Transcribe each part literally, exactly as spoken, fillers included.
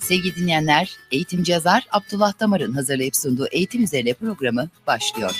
Sevgili dinleyenler, eğitimci yazar Abdullah Damar'ın hazırlayıp sunduğu Eğitim Üzerine programı başlıyor.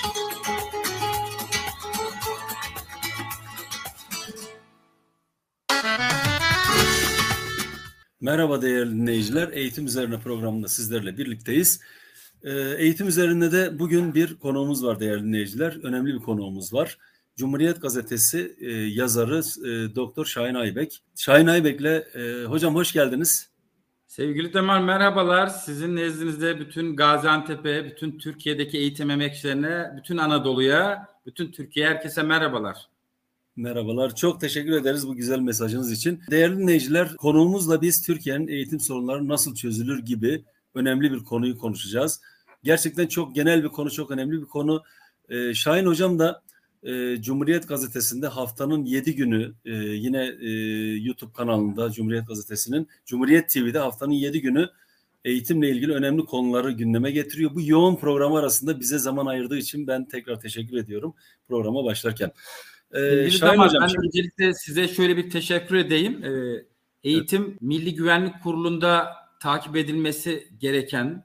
Merhaba değerli dinleyiciler, Eğitim Üzerine programında sizlerle birlikteyiz. Eğitim üzerinde de bugün bir konuğumuz var değerli dinleyiciler, önemli bir konuğumuz var. Cumhuriyet Gazetesi e, yazarı e, Doktor Şahin Aybek. Şahin Aybek'le e, hocam hoş geldiniz. Sevgili Temel merhabalar. Sizin nezdinizde bütün Gaziantep'e, bütün Türkiye'deki eğitim emekçilerine, bütün Anadolu'ya, bütün Türkiye herkese merhabalar. Merhabalar. Çok teşekkür ederiz bu güzel mesajınız için. Değerli dinleyiciler, konuğumuzla biz Türkiye'nin eğitim sorunları nasıl çözülür gibi önemli bir konuyu konuşacağız. Gerçekten çok genel bir konu, çok önemli bir konu. Ee, Şahin hocam da e, Cumhuriyet Gazetesi'nde haftanın yedi günü e, yine e, YouTube kanalında Cumhuriyet Gazetesi'nin Cumhuriyet T V'de haftanın yedi günü eğitimle ilgili önemli konuları gündeme getiriyor. Bu yoğun program arasında bize zaman ayırdığı için ben tekrar teşekkür ediyorum programa başlarken. Ee, Şahin Hocam, ben şimdi... öncelikle size şöyle bir teşekkür edeyim. Ee, eğitim evet. Milli Güvenlik Kurulu'nda takip edilmesi gereken,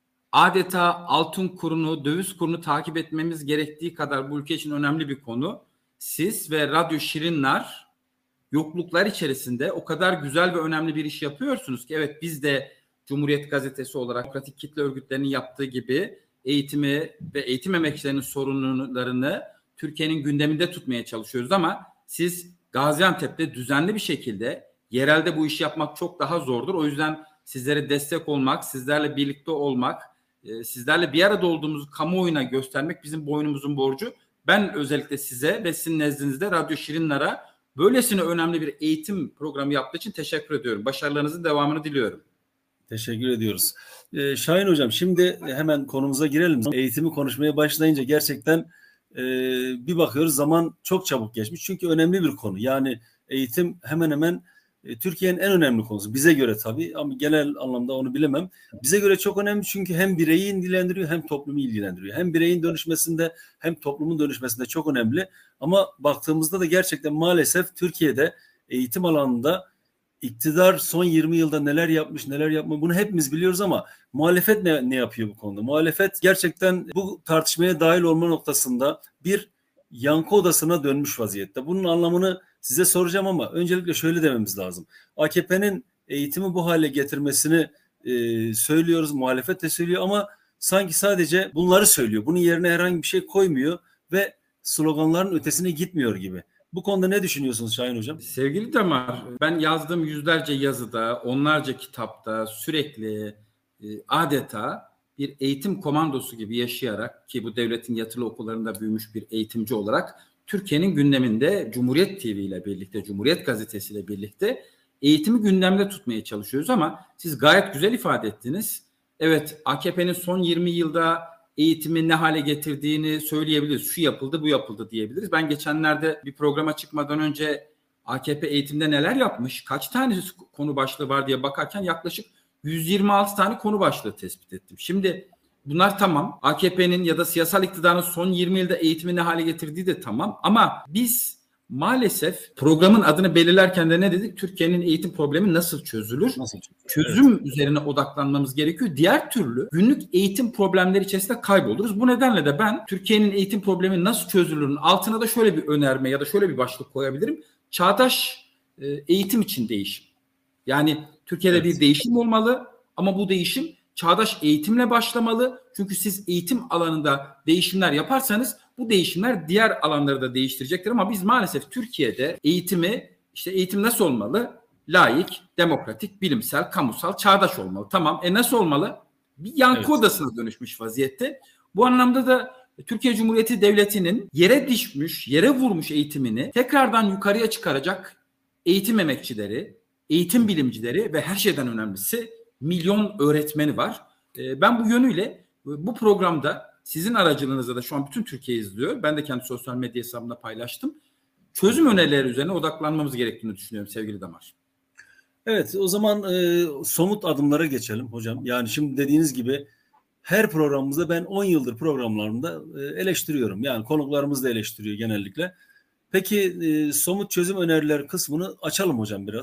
adeta altın kurunu, döviz kurunu takip etmemiz gerektiği kadar bu ülke için önemli bir konu. Siz ve Radyo Şirinler yokluklar içerisinde o kadar güzel ve önemli bir iş yapıyorsunuz ki evet, biz de Cumhuriyet Gazetesi olarak demokratik kitle örgütlerinin yaptığı gibi eğitimi ve eğitim emekçilerinin sorunlarını Türkiye'nin gündeminde tutmaya çalışıyoruz ama siz Gaziantep'te düzenli bir şekilde yerelde bu işi yapmak çok daha zordur. O yüzden sizlere destek olmak, sizlerle birlikte olmak, sizlerle bir arada olduğumuzu kamuoyuna göstermek bizim boynumuzun borcu. Ben özellikle size ve sizin nezdinizde Radyo Şirinler'e böylesine önemli bir eğitim programı yaptığı için teşekkür ediyorum. Başarılarınızın devamını diliyorum. Teşekkür ediyoruz. Ee, Şahin Hocam, şimdi hemen konumuza girelim. Eğitimi konuşmaya başlayınca gerçekten e, bir bakıyoruz zaman çok çabuk geçmiş. Çünkü önemli bir konu. Yani eğitim hemen hemen e, Türkiye'nin en önemli konusu. Bize göre tabii ama genel anlamda onu bilemem. Bize göre çok önemli çünkü hem bireyi ilgilendiriyor hem toplumu ilgilendiriyor. Hem bireyin dönüşmesinde hem toplumun dönüşmesinde çok önemli. Ama baktığımızda da gerçekten maalesef Türkiye'de eğitim alanında İktidar son yirmi yılda neler yapmış, neler yapmış bunu hepimiz biliyoruz ama muhalefet ne, ne yapıyor bu konuda? Muhalefet gerçekten bu tartışmaya dahil olma noktasında bir yankı odasına dönmüş vaziyette. Bunun anlamını size soracağım ama öncelikle şöyle dememiz lazım. A K P'nin eğitimi bu hale getirmesini e, söylüyoruz, muhalefet de söylüyor ama sanki sadece bunları söylüyor. Bunun yerine herhangi bir şey koymuyor ve sloganların ötesine gitmiyor gibi. Bu konuda ne düşünüyorsunuz Şahin Hocam? Sevgili Damar, ben yazdığım yüzlerce yazıda, onlarca kitapta sürekli e, adeta bir eğitim komandosu gibi yaşayarak, ki bu devletin yatılı okullarında büyümüş bir eğitimci olarak Türkiye'nin gündeminde Cumhuriyet T V ile birlikte, Cumhuriyet Gazetesi ile birlikte eğitimi gündemde tutmaya çalışıyoruz ama siz gayet güzel ifade ettiniz. Evet, A K P'nin son yirmi yılda eğitimi ne hale getirdiğini söyleyebiliriz. Şu yapıldı, bu yapıldı diyebiliriz. Ben geçenlerde bir programa çıkmadan önce A K P eğitimde neler yapmış, kaç tane konu başlığı var diye bakarken yaklaşık yüz yirmi altı tane konu başlığı tespit ettim. Şimdi bunlar tamam. A K P'nin ya da siyasal iktidarın son yirmi yılda eğitimi ne hale getirdiği de tamam. Ama biz maalesef programın adını belirlerken de ne dedik? Türkiye'nin eğitim problemi nasıl çözülür? Nasıl çözülür? Çözüm evet. üzerine odaklanmamız gerekiyor. Diğer türlü günlük eğitim problemleri içerisinde kayboluruz. Bu nedenle de ben Türkiye'nin eğitim problemi nasıl çözülürün altına da şöyle bir önerme ya da şöyle bir başlık koyabilirim. Çağdaş e, eğitim için değişim. Yani Türkiye'de evet. bir değişim olmalı ama bu değişim çağdaş eğitimle başlamalı. Çünkü siz eğitim alanında değişimler yaparsanız bu değişimler diğer alanları da değiştirecektir. Ama biz maalesef Türkiye'de eğitimi, işte eğitim nasıl olmalı? Laik, demokratik, bilimsel, kamusal, çağdaş olmalı. Tamam. E nasıl olmalı? Bir yankı evet. odasına dönüşmüş vaziyette. Bu anlamda da Türkiye Cumhuriyeti Devleti'nin yere düşmüş, yere vurmuş eğitimini tekrardan yukarıya çıkaracak eğitim emekçileri, eğitim bilimcileri ve her şeyden önemlisi milyon öğretmeni var. Ben bu yönüyle bu programda sizin aracılığınızla da şu an bütün Türkiye izliyor. Ben de kendi sosyal medya hesabımda paylaştım. Çözüm önerileri üzerine odaklanmamız gerektiğini düşünüyorum sevgili Damar. Evet, o zaman e, somut adımlara geçelim hocam. Yani şimdi dediğiniz gibi her programımızda ben on yıldır programlarımda e, eleştiriyorum. Yani konuklarımız da eleştiriyor genellikle. Peki e, somut çözüm önerileri kısmını açalım hocam biraz.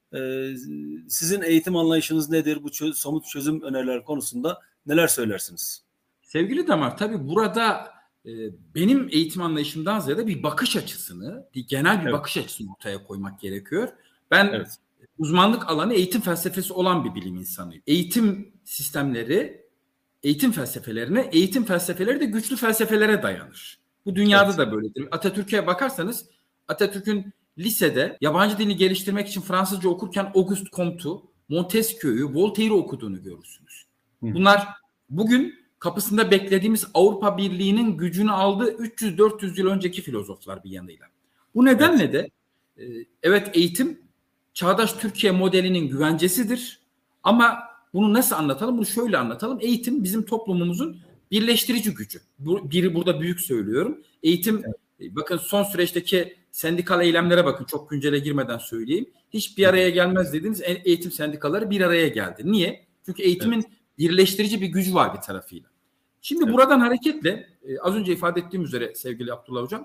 Ee, sizin eğitim anlayışınız nedir? Bu çö- somut çözüm önerileri konusunda neler söylersiniz? Sevgili Damar, tabii burada e, benim eğitim anlayışımdan ziyade bir bakış açısını, bir genel bir Evet. bakış açısını ortaya koymak gerekiyor. Ben Evet. uzmanlık alanı eğitim felsefesi olan bir bilim insanıyım. Eğitim sistemleri, eğitim felsefelerine, eğitim felsefeleri de güçlü felsefelere dayanır. Bu dünyada Evet. da böyledir. Atatürk'e bakarsanız, Atatürk'ün lisede yabancı dili geliştirmek için Fransızca okurken Auguste Comte'u, Montesquieu'yu, Voltaire'i okuduğunu görürsünüz. Hı. Bunlar bugün kapısında beklediğimiz Avrupa Birliği'nin gücünü aldığı üç yüz dört yüz yıl önceki filozoflar bir yanıyla. Bu nedenle evet. de evet eğitim çağdaş Türkiye modelinin güvencesidir. Ama bunu nasıl anlatalım? Bunu şöyle anlatalım. Eğitim bizim toplumumuzun birleştirici gücü. Biri burada büyük söylüyorum. Eğitim, evet. bakın son süreçteki sendikal eylemlere bakın. Çok güncele girmeden söyleyeyim. Hiç bir araya gelmez dediğiniz eğitim sendikaları bir araya geldi. Niye? Çünkü eğitimin evet. birleştirici bir gücü var bir tarafıyla. Şimdi evet. buradan hareketle az önce ifade ettiğim üzere sevgili Abdullah Hocam,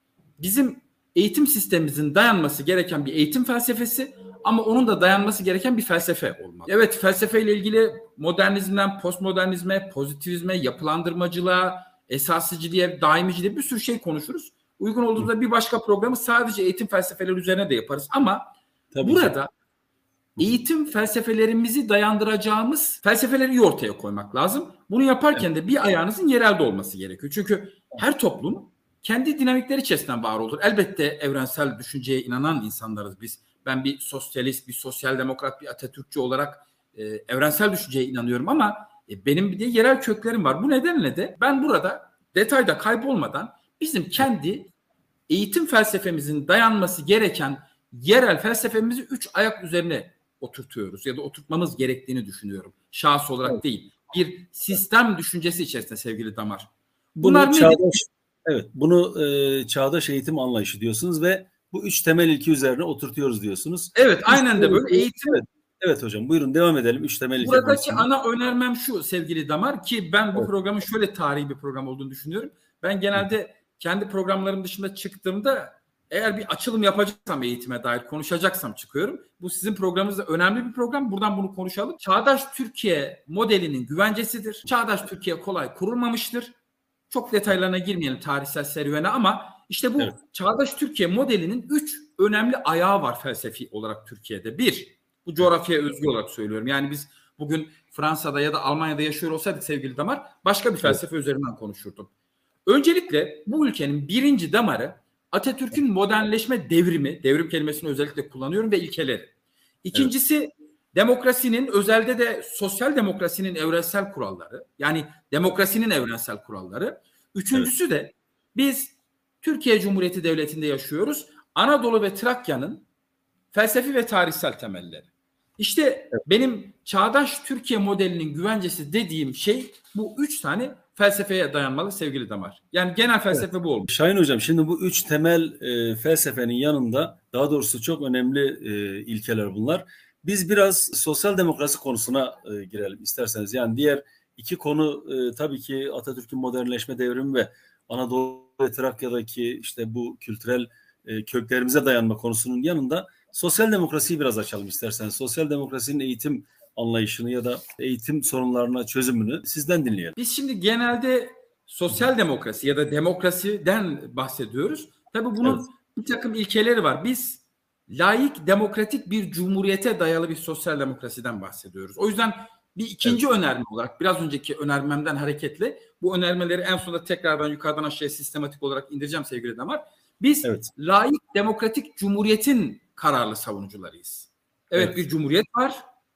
bizim eğitim sistemimizin dayanması gereken bir eğitim felsefesi ama onun da dayanması gereken bir felsefe olmalı. Evet, felsefeyle ilgili modernizmden postmodernizme, pozitivizme, yapılandırmacılığa, esasiciliğe, daimiciliğe bir sürü şey konuşuruz. Uygun olduğunda bir başka programı sadece eğitim felsefeleri üzerine de yaparız ama Tabii burada ki. eğitim felsefelerimizi dayandıracağımız felsefeleri iyi ortaya koymak lazım. Bunu yaparken evet. de bir ayağınızın yerelde olması gerekiyor. Çünkü her toplum kendi dinamikleri içerisinden var olur. Elbette evrensel düşünceye inanan insanlarız biz. Ben bir sosyalist, bir sosyal demokrat, bir Atatürkçü olarak e, evrensel düşünceye inanıyorum ama e, benim bir de yerel köklerim var. Bu nedenle de ben burada detayda kaybolmadan bizim kendi eğitim felsefemizin dayanması gereken yerel felsefemizi üç ayak üzerine oturtuyoruz ya da oturtmamız gerektiğini düşünüyorum. Şahıs olarak evet. değil. Bir sistem düşüncesi içerisinde sevgili Damar. Bunlar Bunu çağdaş, evet, bunu e, çağdaş eğitim anlayışı diyorsunuz ve bu üç temel ilke üzerine oturtuyoruz diyorsunuz. Evet, üç aynen de böyle eğitim. Evet, evet hocam, buyurun devam edelim. Üç temel ilke. Buradaki ana önermem şu sevgili Damar, ki ben bu evet. programın şöyle tarihi bir program olduğunu düşünüyorum. Ben genelde kendi programlarım dışında çıktığımda eğer bir açılım yapacaksam eğitime dair konuşacaksam çıkıyorum. Bu sizin programınız da önemli bir program. Buradan bunu konuşalım. Çağdaş Türkiye modelinin güvencesidir. Çağdaş Türkiye kolay kurulmamıştır. Çok detaylarına girmeyelim tarihsel serüvene ama işte bu evet. Çağdaş Türkiye modelinin üç önemli ayağı var felsefi olarak Türkiye'de. Bir, bu coğrafyaya özgü olarak söylüyorum. Yani biz bugün Fransa'da ya da Almanya'da yaşıyor olsaydık sevgili Damar başka bir felsefe evet. üzerinden konuşurdum. Öncelikle bu ülkenin birinci damarı Atatürk'ün modernleşme devrimi, devrim kelimesini özellikle kullanıyorum ve ilkeleri. İkincisi evet. demokrasinin, özelde de sosyal demokrasinin evrensel kuralları, yani demokrasinin evrensel kuralları. Üçüncüsü evet. de biz Türkiye Cumhuriyeti Devleti'nde yaşıyoruz. Anadolu ve Trakya'nın felsefi ve tarihsel temelleri. İşte evet. benim çağdaş Türkiye modelinin güvencesi dediğim şey bu üç tane felsefeye dayanmalı sevgili Damar. Yani genel felsefe evet. bu olmuş. Şahin Hocam, şimdi bu üç temel e, felsefenin yanında daha doğrusu çok önemli e, ilkeler bunlar. Biz biraz sosyal demokrasi konusuna e, girelim isterseniz. Yani diğer iki konu e, tabii ki Atatürk'ün modernleşme devrimi ve Anadolu ve Trakya'daki işte bu kültürel e, köklerimize dayanma konusunun yanında sosyal demokrasiyi biraz açalım isterseniz. Sosyal demokrasinin eğitim anlayışını ya da eğitim sorunlarına çözümünü sizden dinleyelim. Biz şimdi genelde sosyal demokrasi ya da demokrasiden bahsediyoruz. Tabii bunun evet. bir takım ilkeleri var. Biz laik, demokratik bir cumhuriyete dayalı bir sosyal demokrasiden bahsediyoruz. O yüzden bir ikinci evet. önerme olarak biraz önceki önermemden hareketle bu önermeleri en sonunda tekrardan yukarıdan aşağıya sistematik olarak indireceğim sevgili Damar. Biz evet. laik, demokratik cumhuriyetin kararlı savunucularıyız. Evet, evet bir cumhuriyet var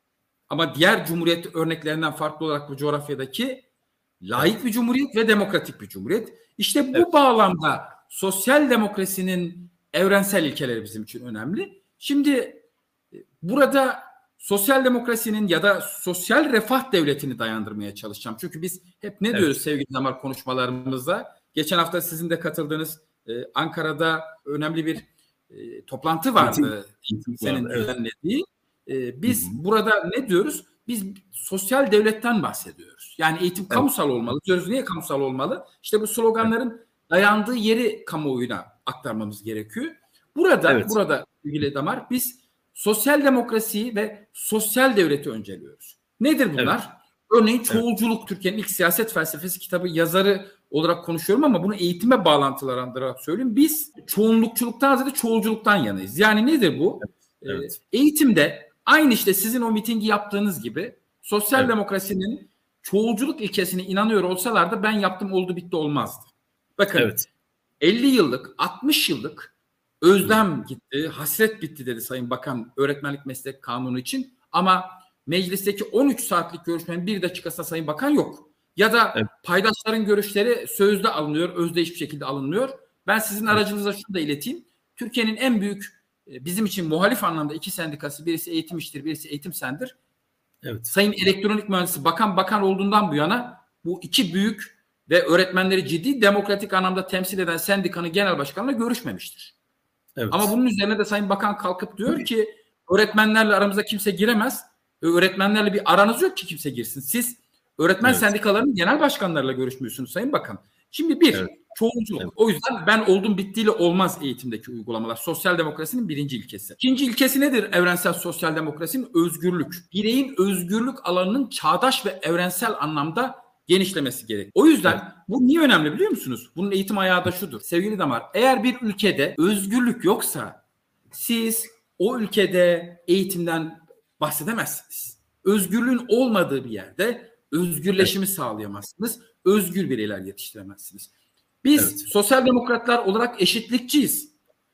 ama diğer cumhuriyet örneklerinden farklı olarak bu coğrafyadaki laik evet. bir cumhuriyet ve demokratik bir cumhuriyet. İşte bu evet. bağlamda sosyal demokrasinin evrensel ilkeleri bizim için önemli. Şimdi burada sosyal demokrasinin ya da sosyal refah devletini dayandırmaya çalışacağım. Çünkü biz hep ne evet. diyoruz sevgili Damar konuşmalarımızda? Geçen hafta sizin de katıldığınız e, Ankara'da önemli bir e, toplantı vardı. Eğitim, senin düzenlediği. Evet. E, biz Hı-hı. burada ne diyoruz? Biz sosyal devletten bahsediyoruz. Yani eğitim evet. kamusal olmalı. Diyoruz niye kamusal olmalı? İşte bu sloganların evet. dayandığı yeri kamuoyuna aktarmamız gerekiyor. Burada evet. burada ilgili Damar biz sosyal demokrasiyi ve sosyal devleti önceliyoruz. Nedir bunlar? Evet. Örneğin çoğulculuk, evet. Türkiye'nin ilk siyaset felsefesi kitabı yazarı olarak konuşuyorum ama bunu eğitime bağlantılandırarak söyleyeyim. Biz çoğunlukçuluktan ziyade çoğulculuktan yanayız. Yani nedir bu? Evet. Evet. Eğitimde aynı işte sizin o mitingi yaptığınız gibi sosyal evet. demokrasinin çoğulculuk ilkesine inanıyor olsalar da ben yaptım oldu bitti olmazdı. Bakın evet. elli yıllık, altmış yıllık özlem evet. gitti, hasret bitti dedi Sayın Bakan öğretmenlik meslek kanunu için. Ama meclisteki on üç saatlik görüşmenin bir dakikasında Sayın Bakan yok. Ya da evet. paydaşların görüşleri sözde alınıyor, özde hiçbir şekilde alınmıyor. Ben sizin aracınıza şunu da ileteyim. Türkiye'nin en büyük bizim için muhalif anlamda iki sendikası, birisi Eğitim İş'tir, birisi Eğitim Sen'dir. Evet. Sayın Elektronik Mühendisi Bakan Bakan olduğundan bu yana bu iki büyük ve öğretmenleri ciddi demokratik anlamda temsil eden sendikanın genel başkanıyla görüşmemiştir. Evet. Ama bunun üzerine de Sayın Bakan kalkıp diyor ki öğretmenlerle aramıza kimse giremez. Öğretmenlerle bir aranız yok ki kimse girsin. Siz öğretmen evet. sendikalarının genel başkanlarıyla görüşmüyorsunuz Sayın Bakan. Şimdi bir, evet. çoğulculuk. Evet. O yüzden ben oldum bittiyle olmaz eğitimdeki uygulamalar. Sosyal demokrasinin birinci ilkesi. İkinci ilkesi nedir evrensel sosyal demokrasinin? Özgürlük. Bireyin özgürlük alanının çağdaş ve evrensel anlamda genişlemesi gerek. O yüzden evet. bu niye önemli biliyor musunuz? Bunun eğitim ayağı da şudur. Sevgili Damar, eğer bir ülkede özgürlük yoksa siz o ülkede eğitimden bahsedemezsiniz. Özgürlüğün olmadığı bir yerde özgürleşimi evet. sağlayamazsınız. Özgür bireyler yetiştiremezsiniz. Biz evet. sosyal demokratlar olarak eşitlikçiyiz.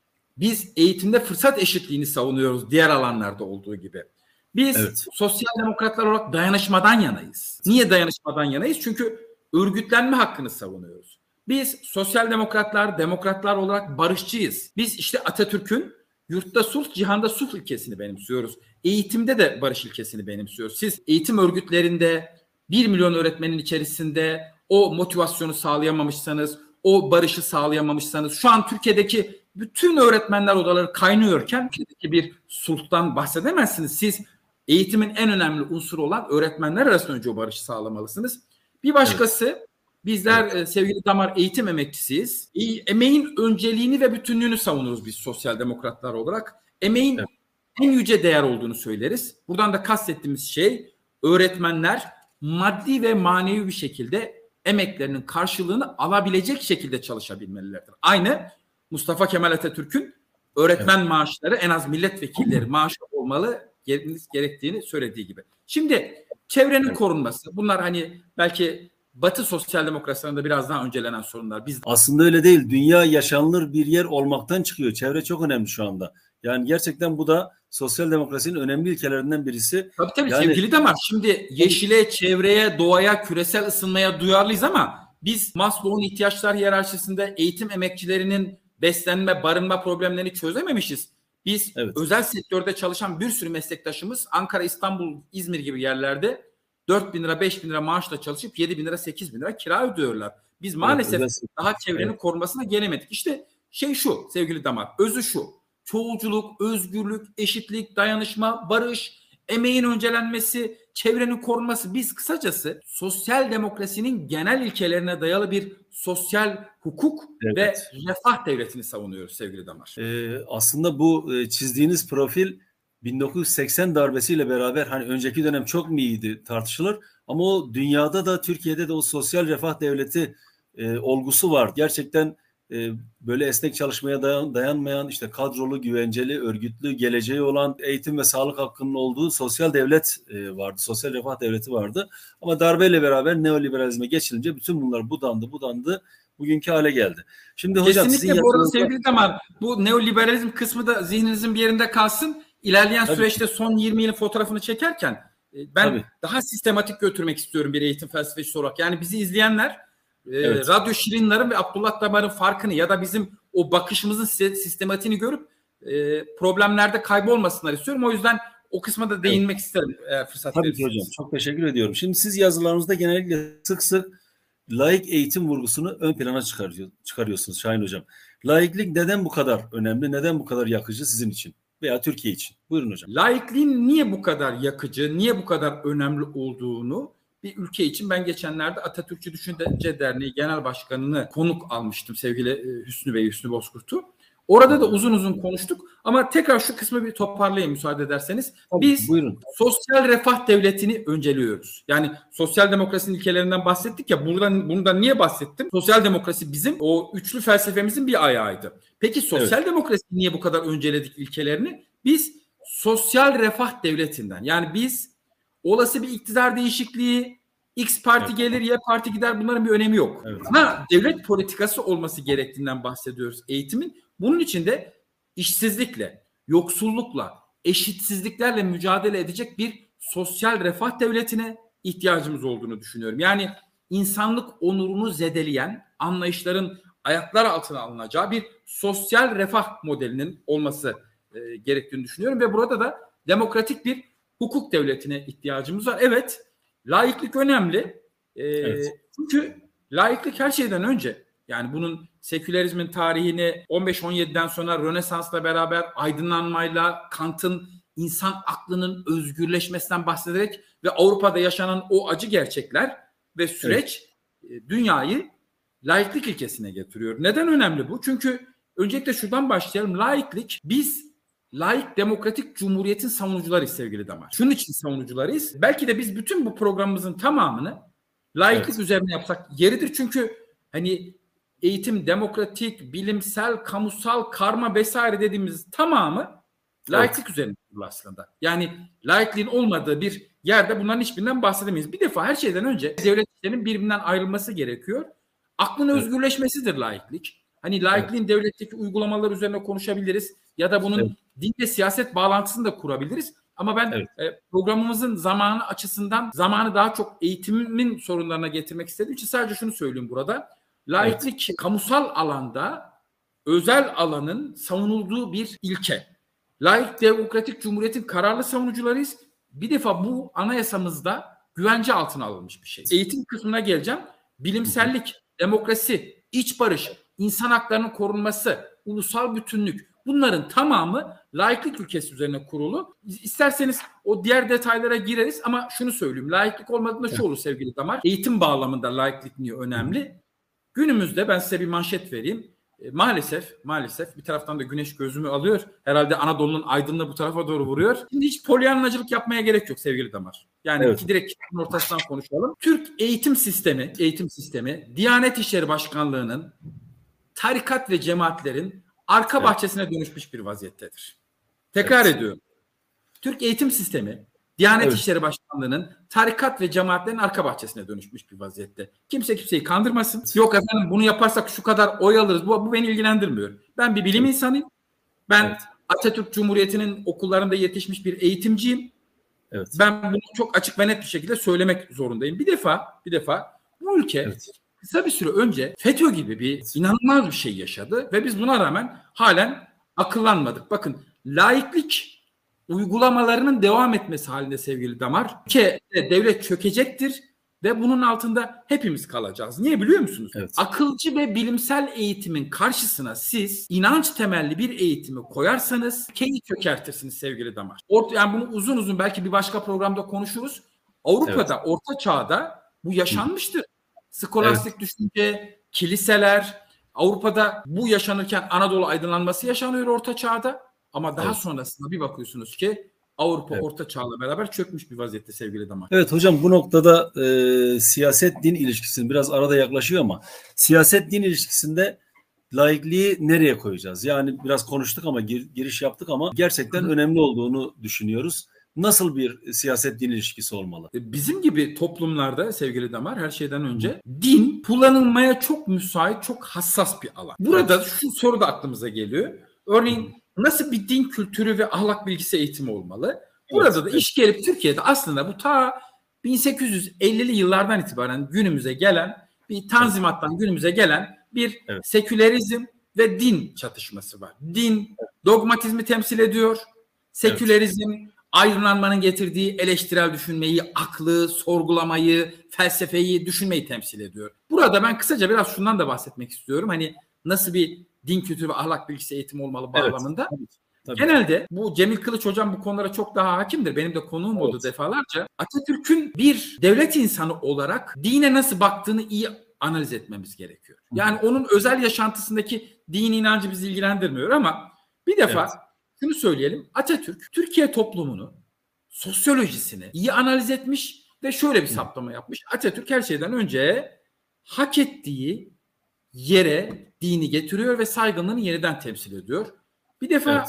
Biz eğitimde fırsat eşitliğini savunuyoruz diğer alanlarda olduğu gibi. Biz evet. sosyal demokratlar olarak dayanışmadan yanayız. Niye dayanışmadan yanayız? Çünkü örgütlenme hakkını savunuyoruz. Biz sosyal demokratlar, demokratlar olarak barışçıyız. Biz işte Atatürk'ün yurtta sulh, cihanda sulh ilkesini benimsiyoruz. Eğitimde de barış ilkesini benimsiyoruz. Siz eğitim örgütlerinde bir milyon öğretmenin içerisinde o motivasyonu sağlayamamışsanız, o barışı sağlayamamışsanız, şu an Türkiye'deki bütün öğretmenler odaları kaynıyorken Türkiye'deki bir sulhtan bahsedemezsiniz. Siz eğitimin en önemli unsuru olan öğretmenler arasında önce o barışı sağlamalısınız. Bir başkası, evet. bizler evet. sevgili Damar eğitim emekçisiyiz. Emeğin önceliğini ve bütünlüğünü savunuruz biz sosyal demokratlar olarak. Emeğin evet. en yüce değer olduğunu söyleriz. Buradan da kastettiğimiz şey öğretmenler maddi ve manevi bir şekilde emeklerinin karşılığını alabilecek şekilde çalışabilmelilerdir. Aynı Mustafa Kemal Atatürk'ün öğretmen evet. maaşları en az milletvekilleri maaşı olmalı gerektiğini söylediği gibi. Şimdi çevrenin evet. korunması, bunlar hani belki Batı sosyal demokrasilerinde biraz daha öncelenen sorunlar. Biz aslında öyle değil. Dünya yaşanılır bir yer olmaktan çıkıyor. Çevre çok önemli şu anda. Yani gerçekten bu da sosyal demokrasinin önemli ilkelerinden birisi. Tabii tabii yani, sevgili Damar. Şimdi yeşile, çevreye, doğaya, küresel ısınmaya duyarlıyız ama biz Maslow'un ihtiyaçlar hiyerarşisinde eğitim emekçilerinin beslenme, barınma problemlerini çözememişiz. Biz evet. özel sektörde çalışan bir sürü meslektaşımız Ankara, İstanbul, İzmir gibi yerlerde dört bin lira, beş bin lira maaşla çalışıp yedi bin lira, sekiz bin lira kira ödüyorlar. Biz maalesef evet, daha çevrenin evet. korunmasına gelemedik. İşte şey şu sevgili Damar, özü şu. Çoğulculuk, özgürlük, eşitlik, dayanışma, barış, emeğin öncelenmesi, çevrenin korunması. Biz kısacası sosyal demokrasinin genel ilkelerine dayalı bir sosyal hukuk evet. ve refah devletini savunuyoruz sevgili Damar. Ee, aslında bu e, çizdiğiniz profil bin dokuz yüz seksen darbesiyle beraber hani önceki dönem çok mu iyiydi tartışılır ama o dünyada da Türkiye'de de o sosyal refah devleti e, olgusu var. Gerçekten e, böyle esnek çalışmaya dayan, dayanmayan işte kadrolu, güvenceli, örgütlü, geleceği olan eğitim ve sağlık hakkının olduğu sosyal devlet e, vardı. Sosyal refah devleti vardı. Ama darbeyle beraber neoliberalizme geçilince bütün bunlar budandı, budandı. Bugünkü hale geldi. Şimdi hocam kesinlikle bu arada sevgili Damar, bu neoliberalizm kısmı da zihninizin bir yerinde kalsın. İlerleyen Tabii. süreçte son yirmi yılın fotoğrafını çekerken ben Tabii. daha sistematik götürmek istiyorum bir eğitim felsefecisi olarak. Yani bizi izleyenler evet. e, Radyo Şirinler'in ve Abdullah Damar'ın farkını ya da bizim o bakışımızın sistematiğini görüp e, problemlerde kaybolmasınlar istiyorum. O yüzden o kısma da değinmek evet. isterim eğer fırsat Tabii verirsiniz. Tabii hocam. Çok teşekkür ediyorum. Şimdi siz yazılarınızda genellikle sık sık laik eğitim vurgusunu ön plana çıkarıyor, çıkarıyorsunuz Şahin Hocam. Laiklik neden bu kadar önemli, neden bu kadar yakıcı sizin için veya Türkiye için? Buyurun hocam. Laikliğin niye bu kadar yakıcı, niye bu kadar önemli olduğunu bir ülke için ben geçenlerde Atatürkçü Düşünce Derneği Genel Başkanı'nı konuk almıştım sevgili Hüsnü Bey, Hüsnü Bozkurt'u. Orada da uzun uzun konuştuk ama tekrar şu kısmı bir toparlayayım müsaade ederseniz. Tabii, Biz buyurun. sosyal refah devletini önceliyoruz. Yani sosyal demokrasinin ilkelerinden bahsettik ya, buradan bundan niye bahsettim? Sosyal demokrasi bizim o üçlü felsefemizin bir ayağıydı. Peki sosyal evet. demokrasi niye bu kadar önceledik ilkelerini? Biz sosyal refah devletinden, yani biz olası bir iktidar değişikliği, X parti evet. gelir, Y parti gider, bunların bir önemi yok. Evet. Ama devlet politikası olması gerektiğinden bahsediyoruz eğitimin. Bunun için de işsizlikle, yoksullukla, eşitsizliklerle mücadele edecek bir sosyal refah devletine ihtiyacımız olduğunu düşünüyorum. Yani insanlık onurunu zedeleyen anlayışların ayaklar altına alınacağı bir sosyal refah modelinin olması e, gerektiğini düşünüyorum ve burada da demokratik bir hukuk devletine ihtiyacımız var. Evet, laiklik önemli. E, evet. Çünkü laiklik her şeyden önce, yani bunun sekülerizmin tarihini on beş on yediden sonra Rönesans'la beraber aydınlanmayla, Kant'ın insan aklının özgürleşmesinden bahsederek ve Avrupa'da yaşanan o acı gerçekler ve süreç evet. dünyayı laiklik ilkesine getiriyor. Neden önemli bu? Çünkü öncelikle şuradan başlayalım. Laiklik, biz laik demokratik cumhuriyetin savunucularıyız sevgili Damar. Şunun için savunucularıyız. Belki de biz bütün bu programımızın tamamını laiklik evet. üzerine yapsak yeridir. Çünkü hani eğitim, demokratik, bilimsel, kamusal, karma vesaire dediğimiz tamamı laiklik evet. üzerine kurulu aslında. Yani laikliğin olmadığı bir yerde bunların hiçbirinden bahsedemeyiz. Bir defa her şeyden önce devletlerin birbirinden ayrılması gerekiyor. Aklın evet. özgürleşmesidir laiklik. Hani laikliğin evet. devletteki uygulamalar üzerine konuşabiliriz ya da bunun evet. din ve siyaset bağlantısını da kurabiliriz. Ama ben evet. e, programımızın zamanı açısından zamanı daha çok eğitimin sorunlarına getirmek istediğim için sadece şunu söyleyeyim burada. Laiklik evet. kamusal alanda özel alanın savunulduğu bir ilke. Laik demokratik cumhuriyetin kararlı savunucularıyız. Bir defa bu anayasamızda güvence altına alınmış bir şey. Eğitim kısmına geleceğim. Bilimsellik, demokrasi, iç barış, insan haklarının korunması, ulusal bütünlük, bunların tamamı laiklik ilkesi üzerine kurulu. İsterseniz o diğer detaylara gireriz ama şunu söyleyeyim. Laiklik olmadığında şu olur sevgili Damar. Eğitim bağlamında laiklik niye önemli? Günümüzde ben size bir manşet vereyim. E, maalesef, maalesef bir taraftan da güneş gözümü alıyor. Herhalde Anadolu'nun aydınlığı bu tarafa doğru vuruyor. Şimdi hiç polyanlacılık yapmaya gerek yok sevgili Damar. Yani evet. direkt kitabın ortasından konuşalım. Türk eğitim sistemi, eğitim sistemi, Diyanet İşleri Başkanlığı'nın, tarikat ve cemaatlerin arka evet. bahçesine dönüşmüş bir vaziyettedir. Tekrar evet. ediyorum. Türk eğitim sistemi, Diyanet evet. İşleri Başkanlığı'nın tarikat ve cemaatlerin arka bahçesine dönüşmüş bir vaziyette. Kimse kimseyi kandırmasın. Yok efendim bunu yaparsak şu kadar oy alırız. Bu, bu beni ilgilendirmiyor. Ben bir bilim evet. insanıyım. Ben evet. Atatürk Cumhuriyeti'nin okullarında yetişmiş bir eğitimciyim. Evet. Ben bunu çok açık ve net bir şekilde söylemek zorundayım. Bir defa, bir defa bu ülke evet. kısa bir süre önce FETÖ gibi bir evet. inanılmaz bir şey yaşadı ve biz buna rağmen halen akıllanmadık. Bakın laiklik uygulamalarının devam etmesi halinde sevgili Damar, ki devlet çökecektir ve bunun altında hepimiz kalacağız. Niye biliyor musunuz? Evet. Akılcı ve bilimsel eğitimin karşısına siz inanç temelli bir eğitimi koyarsanız ülkeyi çökertirsiniz sevgili Damar. Or- yani bunu uzun uzun belki bir başka programda konuşuruz. Avrupa'da, evet. Orta Çağ'da bu yaşanmıştır. Hı. Skolastik evet. düşünce, kiliseler, Avrupa'da bu yaşanırken Anadolu aydınlanması yaşanıyor Orta Çağ'da. Ama daha evet. sonrasında bir bakıyorsunuz ki Avrupa evet. Orta Çağ'la beraber çökmüş bir vaziyette sevgili Damar. Evet hocam, bu noktada e, siyaset-din ilişkisini biraz arada yaklaşıyor ama siyaset-din ilişkisinde laikliği nereye koyacağız? Yani biraz konuştuk ama gir, giriş yaptık ama gerçekten Hı. önemli olduğunu düşünüyoruz. Nasıl bir siyaset-din ilişkisi olmalı? Bizim gibi toplumlarda sevgili Damar her şeyden önce Hı. din kullanılmaya çok müsait, çok hassas bir alan. Burada evet. şu soru da aklımıza geliyor. Örneğin Hı. nasıl bir din kültürü ve ahlak bilgisi eğitimi olmalı? Burada evet, da iş gelip Türkiye'de aslında bu ta bin sekiz yüz ellili yıllardan itibaren günümüze gelen bir tanzimattan evet. günümüze gelen bir evet. sekülerizm ve din çatışması var. Din dogmatizmi temsil ediyor. Sekülerizm evet. aydınlanmanın getirdiği eleştirel düşünmeyi, aklı, sorgulamayı, felsefeyi, düşünmeyi temsil ediyor. Burada ben kısaca biraz şundan da bahsetmek istiyorum. Hani nasıl bir din kültürü ve ahlak bilgisi eğitimi olmalı bağlamında. Evet, tabii, tabii. Genelde bu Cemil Kılıç hocam bu konulara çok daha hakimdir. Benim de konuğum evet. oldu defalarca. Atatürk'ün bir devlet insanı olarak dine nasıl baktığını iyi analiz etmemiz gerekiyor. Yani onun özel yaşantısındaki din inancı bizi ilgilendirmiyor ama bir defa evet. şunu söyleyelim. Atatürk Türkiye toplumunu, sosyolojisini iyi analiz etmiş ve şöyle bir saptama yapmış. Atatürk her şeyden önce hak ettiği yere dini getiriyor ve saygınlığını yeniden temsil ediyor. Bir defa evet.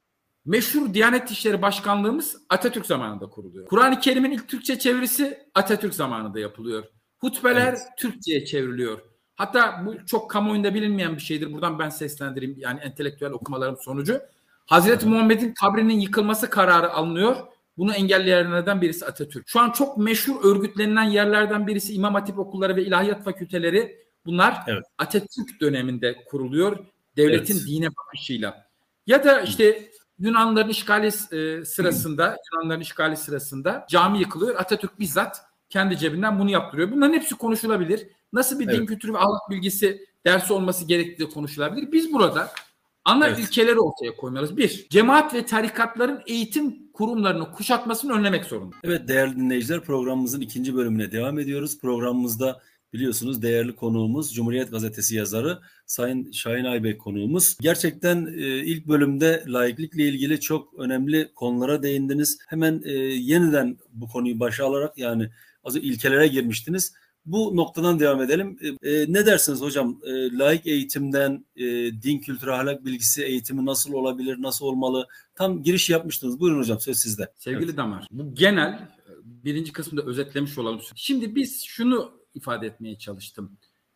meşhur Diyanet İşleri Başkanlığımız Atatürk zamanında kuruluyor. Kur'an-ı Kerim'in ilk Türkçe çevirisi Atatürk zamanında yapılıyor. Hutbeler evet. Türkçe'ye çevriliyor. Hatta bu çok kamuoyunda bilinmeyen bir şeydir. Buradan ben seslendireyim. Yani entelektüel okumalarım sonucu. Hazreti evet. Muhammed'in kabrinin yıkılması kararı alınıyor. Bunu engelleyenlerden birisi Atatürk. Şu an çok meşhur örgütlenilen yerlerden birisi İmam Hatip okulları ve ilahiyat fakülteleri. Bunlar evet. Atatürk döneminde kuruluyor. Devletin evet. dine bakışıyla. Ya da işte Yunanlıların işgali e, sırasında, Yunanlıların işgali sırasında cami yıkılıyor. Atatürk bizzat kendi cebinden bunu yaptırıyor. Bunların hepsi konuşulabilir. Nasıl bir evet. din kültürü ve ahlak bilgisi dersi olması gerektiği de konuşulabilir. Biz burada ana evet. ilkeleri ortaya koymalıyız. Bir, cemaat ve tarikatların eğitim kurumlarını kuşatmasını önlemek zorunda. Evet değerli dinleyiciler, programımızın ikinci bölümüne devam ediyoruz. Programımızda biliyorsunuz değerli konuğumuz Cumhuriyet Gazetesi yazarı Sayın Şahin Aybek konuğumuz. Gerçekten e, ilk bölümde laiklikle ilgili çok önemli konulara değindiniz. Hemen e, yeniden bu konuyu başa alarak yani az önce ilkelere girmiştiniz. Bu noktadan devam edelim. E, ne dersiniz hocam? E, laik eğitimden e, din kültürü ahlak bilgisi eğitimi nasıl olabilir, nasıl olmalı? Tam giriş yapmıştınız. Buyurun hocam, söz sizde. Sevgili evet. Damar, bu genel birinci kısmında özetlemiş olalım. Şimdi biz şunu ifade etmeye çalıştım.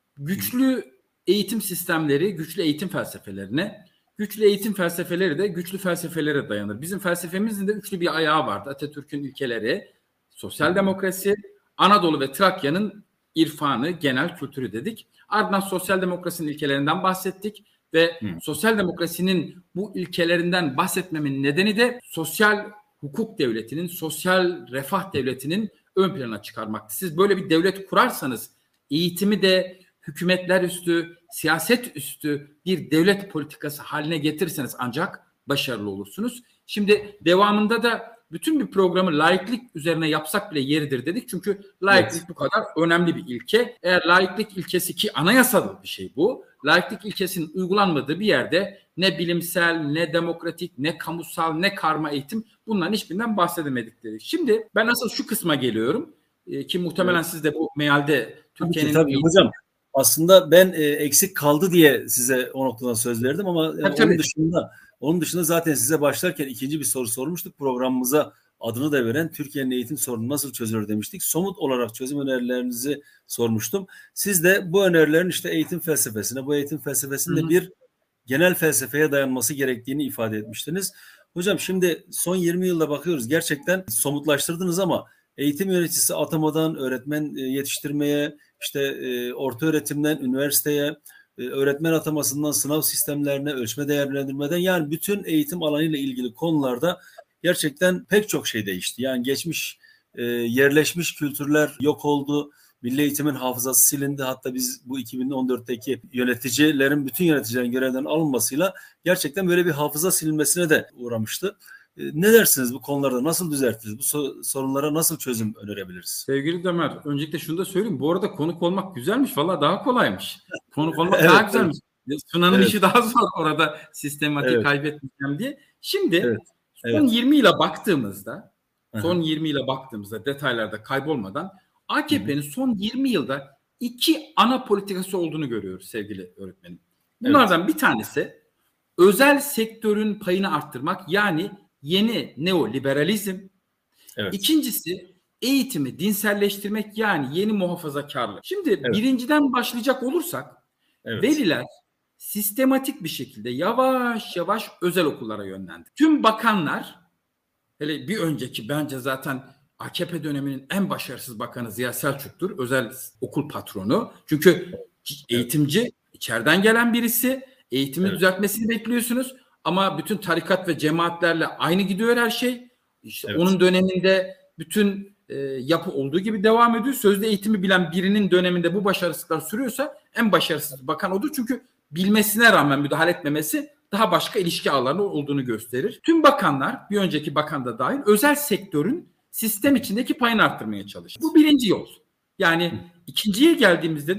Güçlü eğitim sistemleri, güçlü eğitim felsefelerine, güçlü eğitim felsefeleri de güçlü felsefelere dayanır. Bizim felsefemizin de üçlü bir ayağı vardı. Atatürk'ün ilkeleri, sosyal demokrasi, Anadolu ve Trakya'nın irfanı, genel kültürü dedik. Ardından sosyal demokrasinin ilkelerinden bahsettik ve hmm. sosyal demokrasinin bu ilkelerinden bahsetmemin nedeni de sosyal hukuk devletinin, sosyal refah devletinin ön plana çıkarmaktı. Siz böyle bir devlet kurarsanız eğitimi de hükümetler üstü, siyaset üstü bir devlet politikası haline getirirseniz ancak başarılı olursunuz. Şimdi devamında da bütün bir programı laiklik üzerine yapsak bile yeridir dedik. Çünkü laiklik evet. bu kadar önemli bir ilke. Eğer laiklik ilkesi, ki anayasal bir şey bu, laiklik ilkesinin uygulanmadığı bir yerde ne bilimsel, ne demokratik, ne kamusal, ne karma eğitim, bunların hiçbirinden bahsedemedikleri. Şimdi ben asıl şu kısma geliyorum e, ki muhtemelen evet. siz de bu mealde Türkiye'nin... Tabii, tabii hocam. Aslında ben e, eksik kaldı diye size o noktadan söz verdim ama tabii, onun tabii. dışında onun dışında zaten size başlarken ikinci bir soru sormuştuk. Programımıza adını da veren Türkiye'nin eğitim sorunu nasıl çözülür demiştik. Somut olarak çözüm önerilerinizi sormuştum. Siz de bu önerilerin işte eğitim felsefesine, bu eğitim felsefesinde Hı-hı. bir genel felsefeye dayanması gerektiğini ifade etmiştiniz. Hocam şimdi son yirmi yılda bakıyoruz. Gerçekten somutlaştırdınız ama eğitim yöneticisi atamadan öğretmen yetiştirmeye, işte orta öğretimden üniversiteye, öğretmen atamasından sınav sistemlerine, ölçme değerlendirmeden, yani bütün eğitim alanıyla ilgili konularda gerçekten pek çok şey değişti. Yani geçmiş e, yerleşmiş kültürler yok oldu. Milli eğitimin hafızası silindi. Hatta biz bu iki bin on dörtteki yöneticilerin, bütün yöneticilerin görevden alınmasıyla gerçekten böyle bir hafıza silinmesine de uğramıştı. E, ne dersiniz bu konularda? Nasıl düzeltiriz? Bu so- sorunlara nasıl çözüm önerebiliriz? Sevgili Ömer, öncelikle şunu da söyleyeyim. Bu arada konuk olmak güzelmiş. Vallahi daha kolaymış. Konuk olmak evet, daha güzelmiş. Evet. Sunanın evet. işi daha zor orada, sistematik evet. kaybetmeyeceğim diye. Şimdi evet. son evet. yirmi yıla baktığımızda, son Hı-hı. yirmi yıla baktığımızda detaylarda kaybolmadan A K P'nin Hı-hı. son yirmi yılda iki ana politikası olduğunu görüyoruz sevgili öğretmenim. Bunlardan evet. bir tanesi özel sektörün payını arttırmak, yani yeni neoliberalizm. Evet. İkincisi eğitimi dinselleştirmek, yani yeni muhafazakarlık. Şimdi evet. birinciden başlayacak olursak evet. veliler sistematik bir şekilde yavaş yavaş özel okullara yönlendi. Tüm bakanlar, hele bir önceki bence zaten A K P döneminin en başarısız bakanı Ziya Selçuk'tur. Özel okul patronu. Çünkü eğitimci, içeriden gelen birisi, eğitimi evet. düzeltmesini bekliyorsunuz ama bütün tarikat ve cemaatlerle aynı gidiyor her şey. İşte evet. onun döneminde bütün e, yapı olduğu gibi devam ediyor. Sözde eğitimi bilen birinin döneminde bu başarısızlıklar sürüyorsa en başarısız bakan odur. Çünkü bilmesine rağmen müdahale etmemesi daha başka ilişki ağlarında olduğunu gösterir. Tüm bakanlar, bir önceki bakan da dahil, özel sektörün sistem içindeki payını arttırmaya çalıştı. Bu birinci yol. Yani ikinciye geldiğimizde de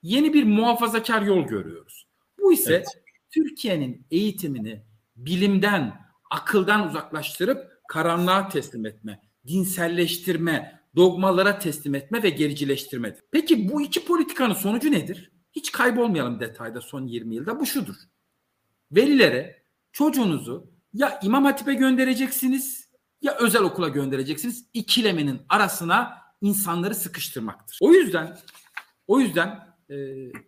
yeni bir muhafazakar yol görüyoruz. Bu ise Evet. Türkiye'nin eğitimini bilimden, akıldan uzaklaştırıp karanlığa teslim etme, dinselleştirme, dogmalara teslim etme ve gericileştirmedir. Peki bu iki politikanın sonucu nedir? Hiç kaybolmayalım detayda son yirmi yılda. Bu şudur. Velilere çocuğunuzu ya İmam Hatip'e göndereceksiniz ya özel okula göndereceksiniz. İkileminin arasına insanları sıkıştırmaktır. O yüzden o yüzden e,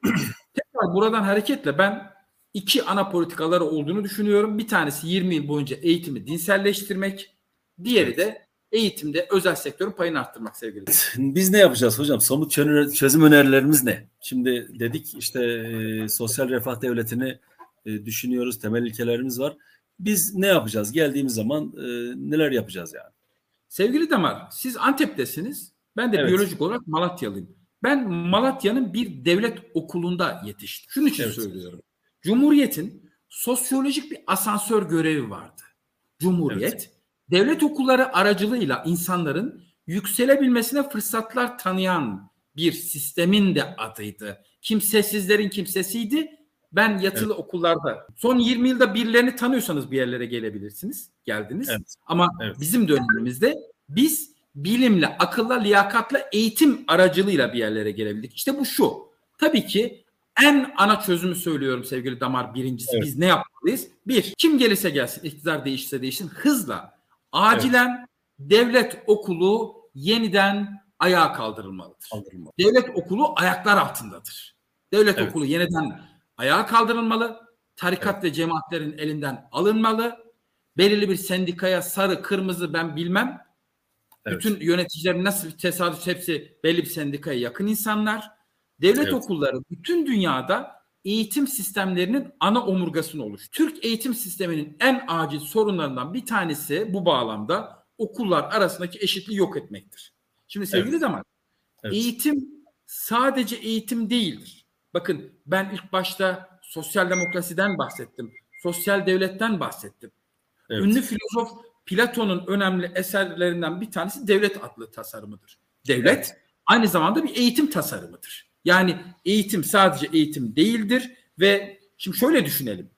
tekrar buradan hareketle ben iki ana politikaları olduğunu düşünüyorum. Bir tanesi yirmi yıl boyunca eğitimi dinselleştirmek, diğeri de eğitimde özel sektörün payını arttırmak sevgili. Biz ne yapacağız hocam? Somut çözüm önerilerimiz ne? Şimdi dedik işte e, sosyal refah devletini e, düşünüyoruz, temel ilkelerimiz var. Biz ne yapacağız? Geldiğimiz zaman e, neler yapacağız yani? Sevgili Damar, siz Antep'tesiniz. Ben de Evet. biyolojik olarak Malatyalıyım. Ben Malatya'nın bir devlet okulunda yetiştim. Şunun için Evet. söylüyorum. Cumhuriyet'in sosyolojik bir asansör görevi vardı. Cumhuriyet, evet. devlet okulları aracılığıyla insanların yükselebilmesine fırsatlar tanıyan bir sistemin de adıydı. Kimsesizlerin kimsesiydi. Ben yatılı evet. okullarda son yirmi yılda birilerini tanıyorsanız bir yerlere gelebilirsiniz. Geldiniz. Evet. Ama evet. bizim dönemimizde biz bilimle, akılla, liyakatla, eğitim aracılığıyla bir yerlere gelebildik. İşte bu şu. Tabii ki en ana çözümü söylüyorum sevgili Damar. Birincisi evet. biz ne yapmalıyız? Bir, kim gelirse gelsin, iktidar değişse değişsin, hızla, acilen evet. devlet okulu yeniden ayağa kaldırılmalıdır. Kaldırılmalı. Devlet okulu ayaklar altındadır. Devlet evet. okulu yeniden ayağa kaldırılmalı. Tarikat evet. ve cemaatlerin elinden alınmalı. Belirli bir sendikaya sarı, kırmızı ben bilmem. Evet. Bütün yöneticilerin nasıl bir tesadüf hepsi belli bir sendikaya yakın insanlar. Devlet evet. okulları bütün dünyada eğitim sistemlerinin ana omurgasını oluşturuyor. Türk eğitim sisteminin en acil sorunlarından bir tanesi bu bağlamda okullar arasındaki eşitliği yok etmektir. Şimdi sevgili evet. Damar, evet. eğitim sadece eğitim değildir. Bakın ben ilk başta sosyal demokrasiden bahsettim. Sosyal devletten bahsettim. Evet. Ünlü filozof Platon'un önemli eserlerinden bir tanesi devlet adlı tasarımıdır. Devlet evet. aynı zamanda bir eğitim tasarımıdır. Yani eğitim sadece eğitim değildir ve şimdi şöyle düşünelim.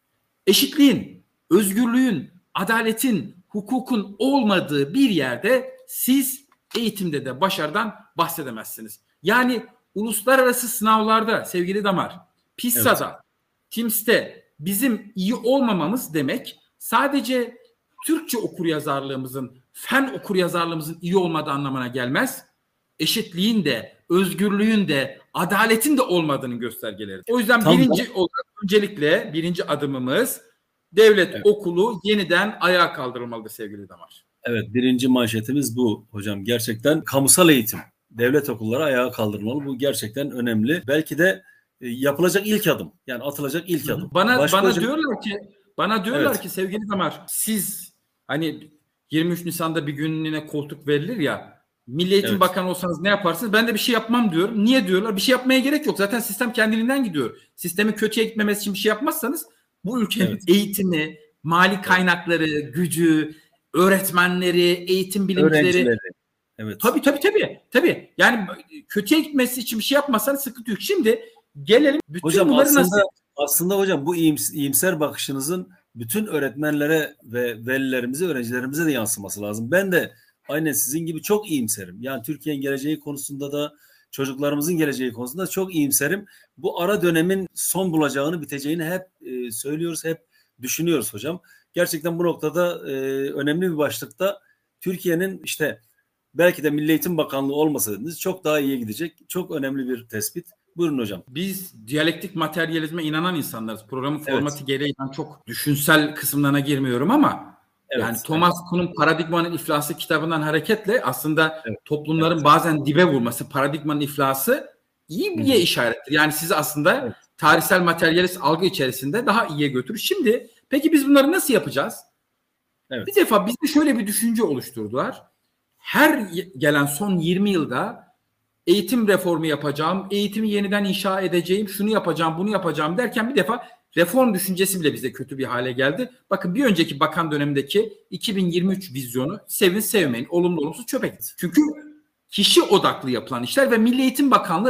Eşitliğin, özgürlüğün, adaletin, hukukun olmadığı bir yerde siz eğitimde de başarıdan bahsedemezsiniz. Yani uluslararası sınavlarda sevgili Damar, PISA'da, evet. TIMSS'te bizim iyi olmamamız demek sadece Türkçe okuryazarlığımızın, fen okuryazarlığımızın iyi olmadığı anlamına gelmez. Eşitliğin de, özgürlüğün de, adaletin de olmadığının göstergeleri. O yüzden Tam birinci da. olarak öncelikle birinci adımımız devlet evet. okulu yeniden ayağa kaldırılmalıdır sevgili Damar. Evet, birinci manşetimiz bu hocam. Gerçekten kamusal eğitim, devlet okulları ayağa kaldırmalı. Bu gerçekten önemli. Belki de e, yapılacak ilk adım. Yani atılacak ilk adım. Bana Başka bana hocam... diyorlar ki bana diyorlar evet. ki sevgili Damar, siz hani yirmi üç Nisan'da bir günlüğüne koltuk verilir ya, Milli Eğitim evet. Bakanı olsanız ne yaparsınız? Ben de bir şey yapmam diyorum. Niye diyorlar? Bir şey yapmaya gerek yok. Zaten sistem kendiliğinden gidiyor. Sistemin kötüye gitmemesi için bir şey yapmazsanız bu ülkenin evet. eğitimi, mali kaynakları, gücü, öğretmenleri, eğitim bilimcileri. Evet. Tabii tabii tabii. Tabii. Yani kötüye gitmesi için bir şey yapmazsanız sıkıntı yok. Şimdi gelelim bütün hocam bunları aslında, nasıl... Aslında hocam bu iyimser bakışınızın bütün öğretmenlere ve velilerimize, öğrencilerimize de yansıması lazım. Ben de aynen sizin gibi çok iyimserim. Yani Türkiye'nin geleceği konusunda da çocuklarımızın geleceği konusunda çok iyimserim. Bu ara dönemin son bulacağını, biteceğini hep e, söylüyoruz, hep düşünüyoruz hocam. Gerçekten bu noktada e, önemli bir başlıkta Türkiye'nin işte belki de Milli Eğitim Bakanlığı olmasaydınız çok daha iyiye gidecek. Çok önemli bir tespit. Buyurun hocam. Biz diyalektik materyalizme inanan insanlarız. Programın formatı evet. gereği ben çok düşünsel kısımlarına girmiyorum ama evet, yani Thomas evet. Kuhn'un Paradigmanın İflası kitabından hareketle aslında evet. toplumların evet. bazen dibe vurması, paradigmanın iflası iyi bir Hı-hı. işarettir. Yani sizi aslında evet. tarihsel materyalist algı içerisinde daha iyiye götürür. Şimdi peki biz bunları nasıl yapacağız? Evet. Bir defa bizde şöyle bir düşünce oluşturdular. Her gelen son yirmi yılda eğitim reformu yapacağım, eğitimi yeniden inşa edeceğim, şunu yapacağım, bunu yapacağım derken bir defa reform düşüncesi bile bize kötü bir hale geldi. Bakın bir önceki bakan dönemindeki iki bin yirmi üç vizyonu sevin sevmeyin, olumlu olumsuz çöpe gitti. Çünkü kişi odaklı yapılan işler ve Milli Eğitim Bakanlığı bir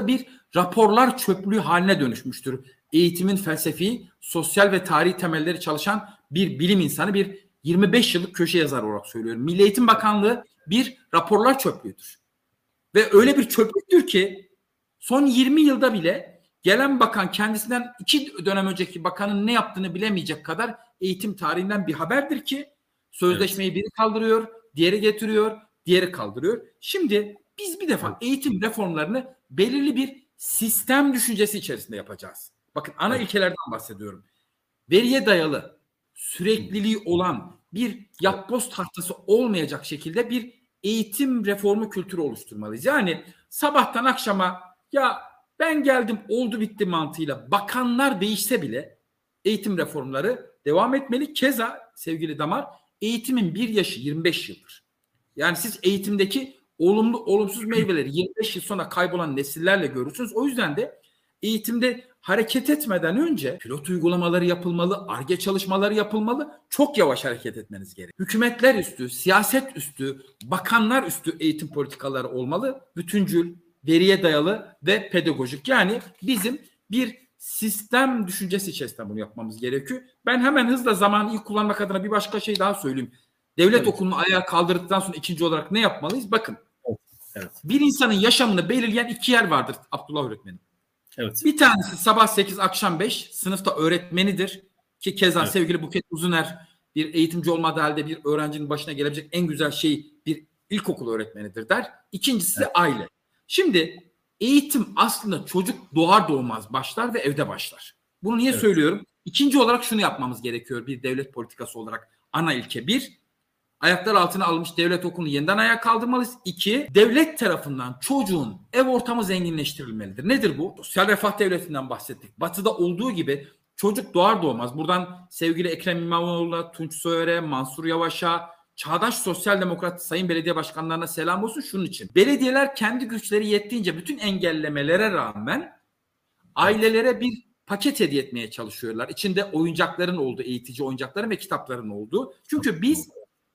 raporlar çöplüğü haline dönüşmüştür. Eğitimin felsefi, sosyal ve tarihi temelleri çalışan bir bilim insanı, bir yirmi beş yıllık köşe yazarı olarak söylüyorum. Milli Eğitim Bakanlığı bir raporlar çöplüğüdür. Ve öyle bir çöplüktür ki son yirmi yılda bile gelen bakan kendisinden iki dönem önceki bakanın ne yaptığını bilemeyecek kadar eğitim tarihinden bir haberdir ki sözleşmeyi biri kaldırıyor, diğeri getiriyor, diğeri kaldırıyor. Şimdi biz bir defa eğitim reformlarını belirli bir sistem düşüncesi içerisinde yapacağız. Bakın ana evet. ilkelerden bahsediyorum. Veriye dayalı, sürekliliği olan bir yapboz tahtası olmayacak şekilde bir eğitim reformu kültürü oluşturmalıyız. Yani sabahtan akşama ya ben geldim oldu bitti mantığıyla bakanlar değişse bile eğitim reformları devam etmeli. Keza sevgili Damar, eğitimin bir yaşı yirmi beş yıldır. Yani siz eğitimdeki olumlu olumsuz meyveleri yirmi beş yıl sonra kaybolan nesillerle görürsünüz. O yüzden de eğitimde hareket etmeden önce pilot uygulamaları yapılmalı, Ar-Ge çalışmaları yapılmalı. Çok yavaş hareket etmeniz gerekiyor. Hükümetler üstü, siyaset üstü, bakanlar üstü eğitim politikaları olmalı. Bütüncül, veriye dayalı ve pedagojik. Yani bizim bir sistem düşüncesi içerisinde bunu yapmamız gerekiyor. Ben hemen hızla zamanı iyi kullanmak adına bir başka şey daha söyleyeyim. Devlet evet. okulunu ayağa kaldırdıktan sonra ikinci olarak ne yapmalıyız? Bakın. Evet. Bir insanın yaşamını belirleyen iki yer vardır Abdullah öğretmenim. Evet. Bir tanesi sabah sekiz akşam beş sınıfta öğretmenidir ki keza evet. sevgili Buket Uzuner bir eğitimci olmadığı halde bir öğrencinin başına gelebilecek en güzel şey bir ilkokul öğretmenidir der. İkincisi evet. aile. Şimdi eğitim aslında çocuk doğar doğmaz başlar ve evde başlar. Bunu niye evet. söylüyorum? İkinci olarak şunu yapmamız gerekiyor bir devlet politikası olarak. Ana ilke bir, ayaklar altına alınmış devlet okulunu yeniden ayağa kaldırmalıyız. İki, devlet tarafından çocuğun ev ortamı zenginleştirilmelidir. Nedir bu? Sosyal refah devletinden bahsettik. Batı'da olduğu gibi çocuk doğar doğmaz. Buradan sevgili Ekrem İmamoğlu'na, Tunç Soyer'e, Mansur Yavaş'a, çağdaş sosyal demokrat sayın belediye başkanlarına selam olsun şunun için. Belediyeler kendi güçleri yettiğince bütün engellemelere rağmen ailelere bir paket hediye etmeye çalışıyorlar. İçinde oyuncakların olduğu, eğitici oyuncakların ve kitapların olduğu. Çünkü biz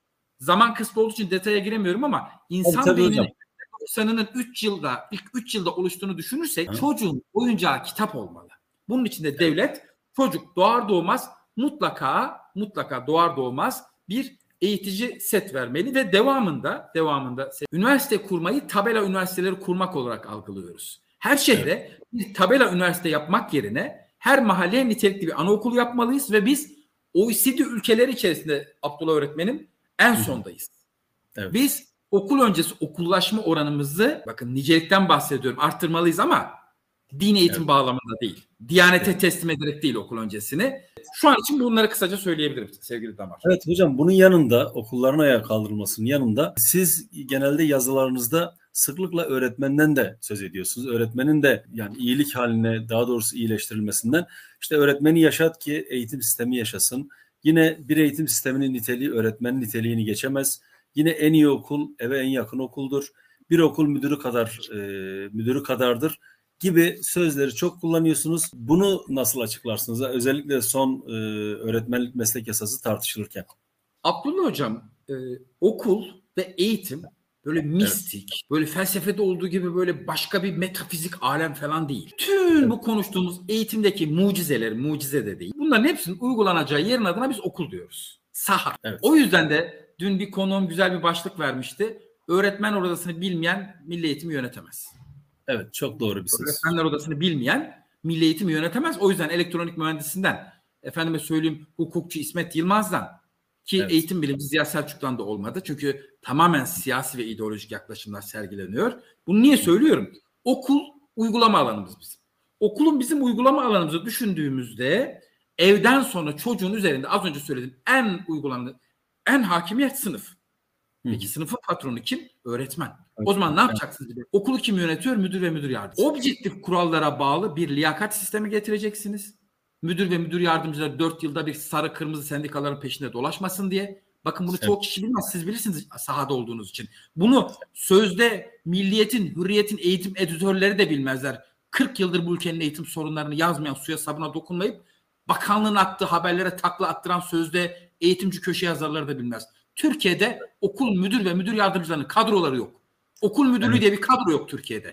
zaman kısıtlı olduğu için detaya giremiyorum ama insan tabii, tabii beyninin doksanının üç yılda ilk üç yılda oluştuğunu düşünürsek Hı. çocuğun oyuncağı kitap olmalı. Bunun için de devlet çocuk doğar doğmaz mutlaka mutlaka doğar doğmaz bir eğitici set vermeli ve devamında devamında üniversite kurmayı tabela üniversiteleri kurmak olarak algılıyoruz. Her şehre evet. bir tabela üniversite yapmak yerine her mahalleye nitelikli bir anaokulu yapmalıyız ve biz O E C D ülkeleri içerisinde Abdullah öğretmenim en sondayız. Evet. Biz okul öncesi okullaşma oranımızı bakın nicelikten bahsediyorum arttırmalıyız ama din eğitim evet. bağlamında değil. Diyanete evet. teslim ederek değil okul öncesini. Şu an için bunları kısaca söyleyebilirim sevgili Damar. Evet hocam bunun yanında okulların ayağa kaldırılmasının yanında siz genelde yazılarınızda sıklıkla öğretmenden de söz ediyorsunuz. Öğretmenin de yani iyilik haline daha doğrusu iyileştirilmesinden işte öğretmeni yaşat ki eğitim sistemi yaşasın. Yine bir eğitim sisteminin niteliği öğretmenin niteliğini geçemez. Yine en iyi okul eve en yakın okuldur. Bir okul müdürü kadar e, müdürü kadardır gibi sözleri çok kullanıyorsunuz. Bunu nasıl açıklarsınız? Özellikle son e, öğretmenlik meslek yasası tartışılırken. Abdullah hocam e, okul ve eğitim böyle mistik, evet. böyle felsefede olduğu gibi böyle başka bir metafizik alem falan değil. Tüm evet. bu konuştuğumuz eğitimdeki mucizeler, mucize de değil. Bunların hepsinin uygulanacağı yerin adına biz okul diyoruz. Saha. Evet. O yüzden de dün bir konuğum güzel bir başlık vermişti. Öğretmen odasını bilmeyen milli eğitimi yönetemez. Evet, çok doğru bir söz. Öğretmenler odasını bilmeyen milli eğitimi yönetemez. O yüzden elektronik mühendisinden, efendime söyleyeyim hukukçu İsmet Yılmaz'dan ki evet. eğitim bilimci Ziya Selçuk'tan da olmadı. Çünkü tamamen siyasi ve ideolojik yaklaşımlar sergileniyor. Bunu niye söylüyorum? Okul uygulama alanımız bizim. Okulun bizim uygulama alanımızı düşündüğümüzde evden sonra çocuğun üzerinde az önce söylediğim en uygulandığı, en hakimiyet sınıf. Peki Hı. sınıfın patronu kim? Öğretmen. Evet. O zaman ne yapacaksınız? Evet. Okulu kim yönetiyor? Müdür ve müdür yardımcısı. Objektif kurallara bağlı bir liyakat sistemi getireceksiniz. Müdür ve müdür yardımcıları dört yılda bir sarı kırmızı sendikaların peşinde dolaşmasın diye. Bakın bunu evet. çoğu kişi bilmez. Siz bilirsiniz sahada olduğunuz için. Bunu sözde Milliyet'in, Hürriyet'in eğitim editörleri de bilmezler. kırk yıldır bu ülkenin eğitim sorunlarını yazmayan, suya sabuna dokunmayıp bakanlığın attığı haberlere takla attıran sözde eğitimci köşe yazarları da bilmez. Türkiye'de okul müdür ve müdür yardımcılarının kadroları yok. Okul müdürlüğü evet. diye bir kadro yok Türkiye'de.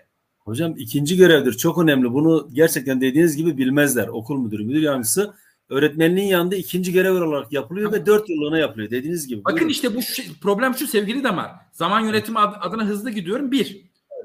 Hocam ikinci görevdir. Çok önemli. Bunu gerçekten dediğiniz gibi bilmezler. Okul müdürü, müdür yardımcısı öğretmenliğin yanında ikinci görev olarak yapılıyor ve dört yıllığına yapılıyor. Dediğiniz gibi. Bakın Buyurun. işte bu şey, problem şu sevgili Damar. Zaman yönetimi ad, adına hızlı gidiyorum. Bir,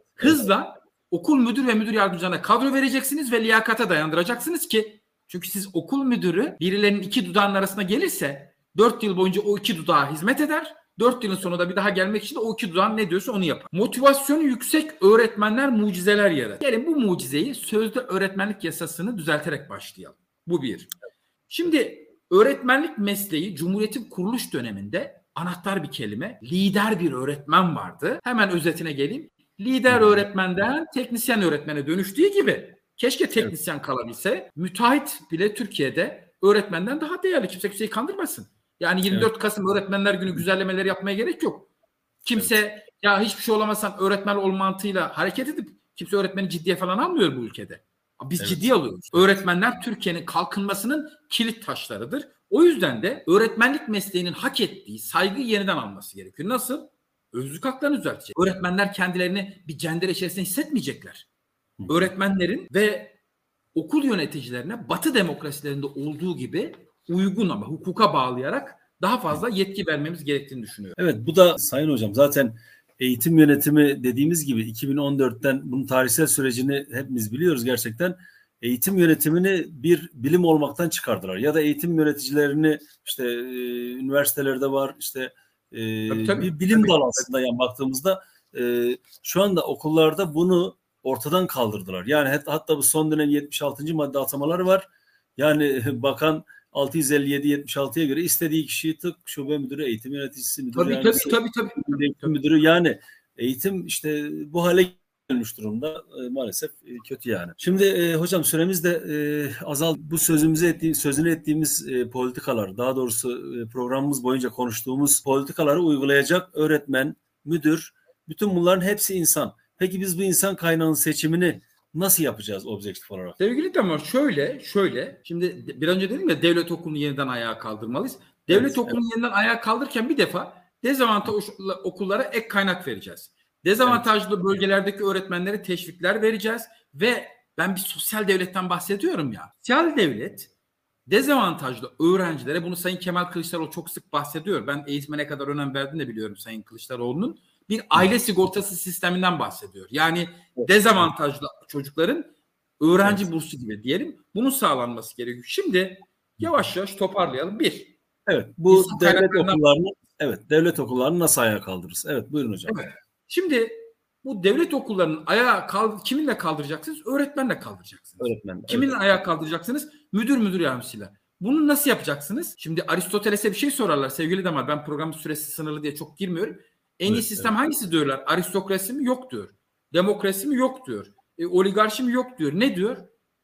hızla okul müdür ve müdür yardımcılarına kadro vereceksiniz ve liyakata dayandıracaksınız ki çünkü siz okul müdürü birilerinin iki dudağının arasına gelirse dört yıl boyunca o iki dudağa hizmet eder. Dört yılın sonunda bir daha gelmek için de o iki dudağın ne diyorsa onu yapar. Motivasyonu yüksek öğretmenler mucizeler yaratır. Gelin bu mucizeyi sözde öğretmenlik yasasını düzelterek başlayalım. Bu bir. Şimdi öğretmenlik mesleği Cumhuriyet'in kuruluş döneminde anahtar bir kelime. Lider bir öğretmen vardı. Hemen özetine geleyim. Lider öğretmenden teknisyen öğretmene dönüştüğü gibi keşke teknisyen evet. kalabilse. Müteahhit bile Türkiye'de öğretmenden daha değerli. Kimse kimseyi kandırmasın. Yani yirmi dört evet. Kasım Öğretmenler Günü güzellemeleri yapmaya gerek yok. Kimse evet. ya hiçbir şey olamazsan öğretmen ol mantığıyla hareket edip kimse öğretmeni ciddiye falan almıyor bu ülkede. Biz evet. ciddiye alıyoruz. Öğretmenler Türkiye'nin kalkınmasının kilit taşlarıdır. O yüzden de öğretmenlik mesleğinin hak ettiği saygıyı yeniden alması gerekiyor. Nasıl? Özlük haklarını düzeltecek. Öğretmenler kendilerini bir cendere içerisinde hissetmeyecekler. Hı. Öğretmenlerin ve okul yöneticilerine Batı demokrasilerinde olduğu gibi uygun ama hukuka bağlayarak daha fazla yetki vermemiz gerektiğini düşünüyorum. Evet, bu da Sayın Hocam zaten eğitim yönetimi dediğimiz gibi iki bin on dörtten bunun tarihsel sürecini hepimiz biliyoruz gerçekten. Eğitim yönetimini bir bilim olmaktan çıkardılar. Ya da eğitim yöneticilerini işte e, üniversitelerde var işte e, tabii, tabii, bir bilim tabii, dalı aslında tabii. Yani baktığımızda e, şu anda okullarda bunu ortadan kaldırdılar. Yani hat, hatta bu son dönem yetmiş altıncı madde atamaları var. Yani bakan altı yüz elli yedi yetmiş altıya göre istediği kişiyi tık şube müdürü, eğitim yöneticisi, müdür tabii, yardımcısı, tabii, tabii, tabii, eğitim tabii. müdürü yani eğitim işte bu hale gelmiş durumda e, maalesef e, kötü yani. Şimdi e, hocam süremiz de e, azal. Bu sözümüzü ettiğimiz, sözünü ettiğimiz e, politikalar, daha doğrusu e, programımız boyunca konuştuğumuz politikaları uygulayacak öğretmen, müdür, bütün bunların hepsi insan. Peki biz bu insan kaynağının seçimini nasıl yapacağız objektif olarak? Sevgili Damar şöyle, şöyle. Şimdi bir önce dedim ya devlet okulunu yeniden ayağa kaldırmalıyız. Devlet evet, okulunu evet. yeniden ayağa kaldırırken bir defa dezavantajlı okullara ek kaynak vereceğiz. Dezavantajlı evet. bölgelerdeki öğretmenlere teşvikler vereceğiz ve ben bir sosyal devletten bahsediyorum ya. Sosyal devlet dezavantajlı öğrencilere, bunu Sayın Kemal Kılıçdaroğlu çok sık bahsediyor. Ben eğitime ne kadar önem verdiğini de biliyorum Sayın Kılıçdaroğlu'nun. Bir aile sigortası sisteminden bahsediyor. Yani dezavantajlı çocukların öğrenci evet. bursu gibi diyelim. Bunun sağlanması gerekiyor. Şimdi yavaş yavaş toparlayalım. Bir. Evet. Bu devlet okullarını evet devlet okullarını nasıl ayağa kaldırırız? Evet buyurun hocam. Evet. Şimdi bu devlet okullarının ayağa kaldır, kiminle kaldıracaksınız? Öğretmenle kaldıracaksınız. Öğretmenle. Kiminle evet. ayağa kaldıracaksınız? Müdür müdür yardımcısıyla. Bunu nasıl yapacaksınız? Şimdi Aristoteles'e bir şey sorarlar sevgili Damar. Ben programın süresi sınırlı diye çok girmiyorum. En evet, iyi sistem evet. hangisi diyorlar? Aristokrasi mi? Yok diyor. Demokrasi mi? Yok diyor. E, oligarşi mi? Yok diyor. Ne diyor?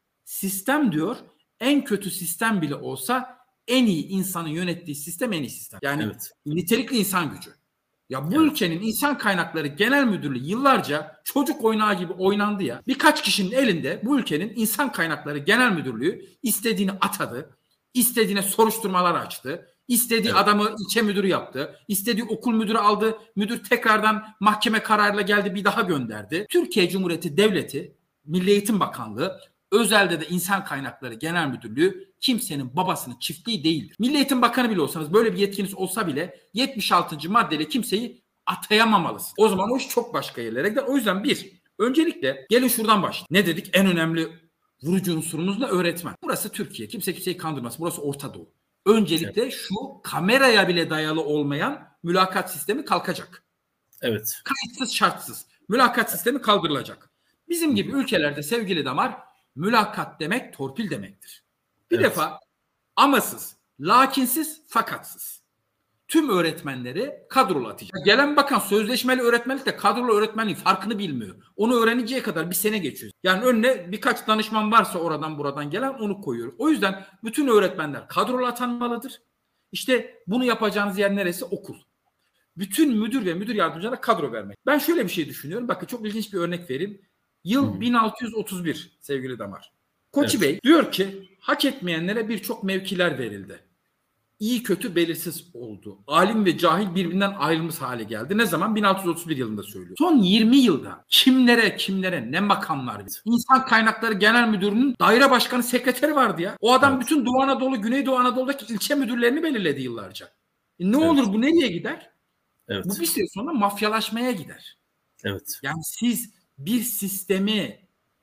Sistem diyor. En kötü sistem bile olsa en iyi insanın yönettiği sistem en iyi sistem. Yani evet. nitelikli insan gücü. Ya bu evet. ülkenin insan kaynakları genel müdürlüğü yıllarca çocuk oynağı gibi oynandı ya. Birkaç kişinin elinde bu ülkenin insan kaynakları genel müdürlüğü istediğini atadı. İstediğine soruşturmalar açtı. İstediği evet. adamı ilçe müdürü yaptı. İstediği okul müdürü aldı. Müdür tekrardan mahkeme kararıyla geldi bir daha gönderdi. Türkiye Cumhuriyeti Devleti, Milli Eğitim Bakanlığı, özelde de insan kaynakları genel müdürlüğü kimsenin babasının çiftliği değildir. Milli Eğitim Bakanı bile olsanız böyle bir yetkiniz olsa bile yetmiş altıncı maddeyle kimseyi atayamamalısınız. O zaman o iş çok başka yerlere gider. O yüzden bir, öncelikle gelin şuradan başlayalım. Ne dedik? En önemli vurucu unsurumuz da öğretmen. Burası Türkiye. Kimse kimseyi kandırmaz. Burası Orta Doğu. Öncelikle evet. şu kameraya bile dayalı olmayan mülakat sistemi kalkacak. Evet. Kayıtsız şartsız. Mülakat sistemi kaldırılacak. Bizim gibi ülkelerde sevgili Damar mülakat demek torpil demektir. Bir evet. defa amasız, lakinsiz, fakatsız. Tüm öğretmenleri kadrolu atacak. Gelen bakan sözleşmeli öğretmenlikle kadrolu öğretmenliğin farkını bilmiyor. Onu öğreneceği kadar bir sene geçiyor. Yani önüne birkaç danışman varsa oradan buradan gelen onu koyuyor. O yüzden bütün öğretmenler kadrolu atanmalıdır. İşte bunu yapacağınız yer neresi? Okul. Bütün müdür ve müdür yardımcılarına kadro vermek. Ben şöyle bir şey düşünüyorum. Bakın çok ilginç bir örnek vereyim. Yıl hmm. bin altı yüz otuz bir sevgili Damar. Koçi evet. Bey diyor ki hak etmeyenlere birçok mevkiler verildi. iyi kötü belirsiz oldu. Alim ve cahil birbirinden ayrılmış hale geldi. Ne zaman? bin altı yüz otuz bir yılında söylüyor. Son yirmi yılda kimlere kimlere ne makamlar. İnsan Kaynakları Genel Müdürü'nün daire başkanı sekreteri vardı ya. O adam evet. bütün Doğu Anadolu, Güneydoğu Anadolu'daki ilçe müdürlerini belirledi yıllarca. E ne evet. olur bu nereye gider? Evet. Bu bir süre sonra mafyalaşmaya gider. Evet. Yani siz bir sistemi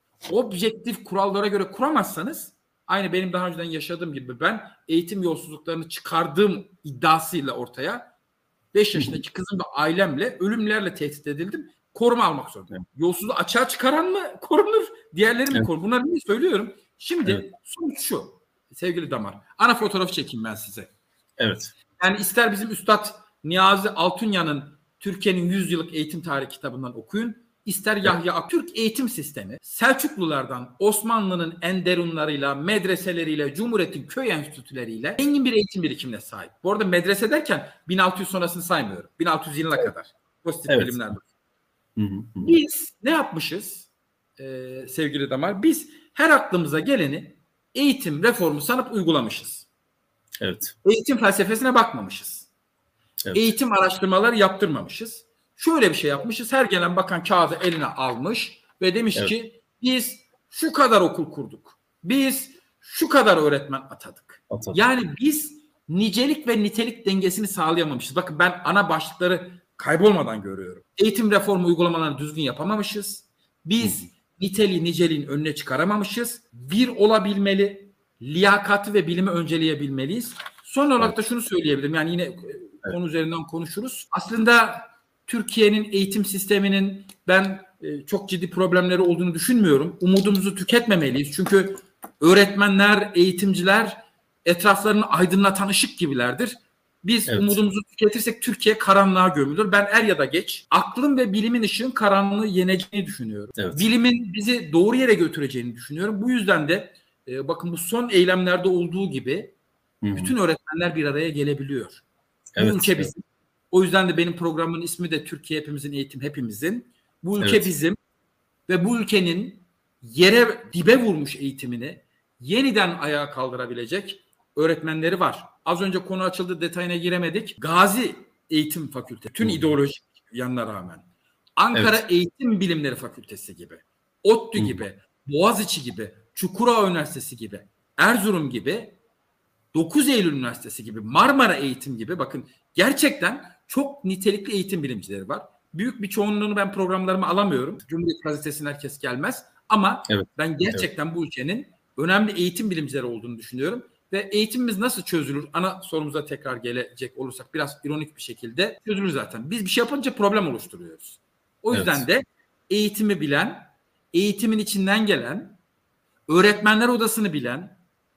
objektif kurallara göre kuramazsanız, aynı benim daha önceden yaşadığım gibi ben eğitim yolsuzluklarını çıkardığım iddiasıyla ortaya beş yaşındaki kızım ve ailemle ölümlerle tehdit edildim. Koruma almak zorundayım. Evet. Yolsuzluğu açığa çıkaran mı korunur? Diğerleri mi evet. korunur? Bunları niye söylüyorum? Şimdi evet. sonuç şu. Sevgili Damar. Ana fotoğrafı çekeyim ben size. Evet. Yani ister bizim Üstad Niyazi Altunya'nın Türkiye'nin yüz yıllık eğitim tarihi kitabından okuyun. İster Yahya Ak, Türk eğitim sistemi Selçuklulardan Osmanlı'nın enderunlarıyla, medreseleriyle, Cumhuriyet'in köy enstitüleriyle engin bir eğitim birikimine sahip. Bu arada medrese derken bin altı yüz sonrasını saymıyorum. bin altı yüz yılına kadar. Pozitif evet. bilimlerden. Hı hı hı. Biz ne yapmışız ee, sevgili Damar? Biz her aklımıza geleni eğitim reformu sanıp uygulamışız. Evet. Eğitim felsefesine bakmamışız. Evet. Eğitim araştırmaları yaptırmamışız. Şöyle bir şey yapmışız. Her gelen bakan kağıdı eline almış ve demiş evet. ki biz şu kadar okul kurduk. Biz şu kadar öğretmen atadık. Atadık. Yani biz nicelik ve nitelik dengesini sağlayamamışız. Bakın ben ana başlıkları kaybolmadan görüyorum. Eğitim reformu uygulamalarını düzgün yapamamışız. Biz Hı. niteliği niceliğin önüne çıkaramamışız. Bir olabilmeli, liyakatı ve bilimi önceleyebilmeliyiz. Son olarak evet. da şunu söyleyebilirim. Yani yine evet. konu üzerinden konuşuruz. Aslında Türkiye'nin eğitim sisteminin ben e, çok ciddi problemleri olduğunu düşünmüyorum. Umudumuzu tüketmemeliyiz. Çünkü öğretmenler, eğitimciler etraflarını aydınlatan ışık gibilerdir. Biz evet. umudumuzu tüketirsek Türkiye karanlığa gömülür. Ben er ya da geç aklın ve bilimin ışığın karanlığı yeneceğini düşünüyorum. Evet. Bilimin bizi doğru yere götüreceğini düşünüyorum. Bu yüzden de e, bakın bu son eylemlerde olduğu gibi Hı-hı. bütün öğretmenler bir araya gelebiliyor. Evet, bu ülke bizim. Evet. O yüzden de benim programımın ismi de Türkiye Hepimizin, Eğitim Hepimizin. Bu ülke evet. bizim ve bu ülkenin yere dibe vurmuş eğitimini yeniden ayağa kaldırabilecek öğretmenleri var. Az önce konu açıldı, detayına giremedik. Gazi Eğitim Fakültesi, tüm ideolojik yanına rağmen. Ankara evet. Eğitim Bilimleri Fakültesi gibi, ODTÜ Hı. gibi, Boğaziçi gibi, Çukurova Üniversitesi gibi, Erzurum gibi, dokuz Eylül Üniversitesi gibi, Marmara Eğitim gibi bakın gerçekten çok nitelikli eğitim bilimcileri var. Büyük bir çoğunluğunu ben programlarıma alamıyorum. Cumhuriyet Gazetesi'ne herkes gelmez. Ama evet. ben gerçekten evet. bu ülkenin önemli eğitim bilimcileri olduğunu düşünüyorum. Ve eğitimimiz nasıl çözülür? Ana sorumuza tekrar gelecek olursak biraz ironik bir şekilde çözülür zaten. Biz bir şey yapınca problem oluşturuyoruz. O yüzden evet. de eğitimi bilen, eğitimin içinden gelen, öğretmenler odasını bilen,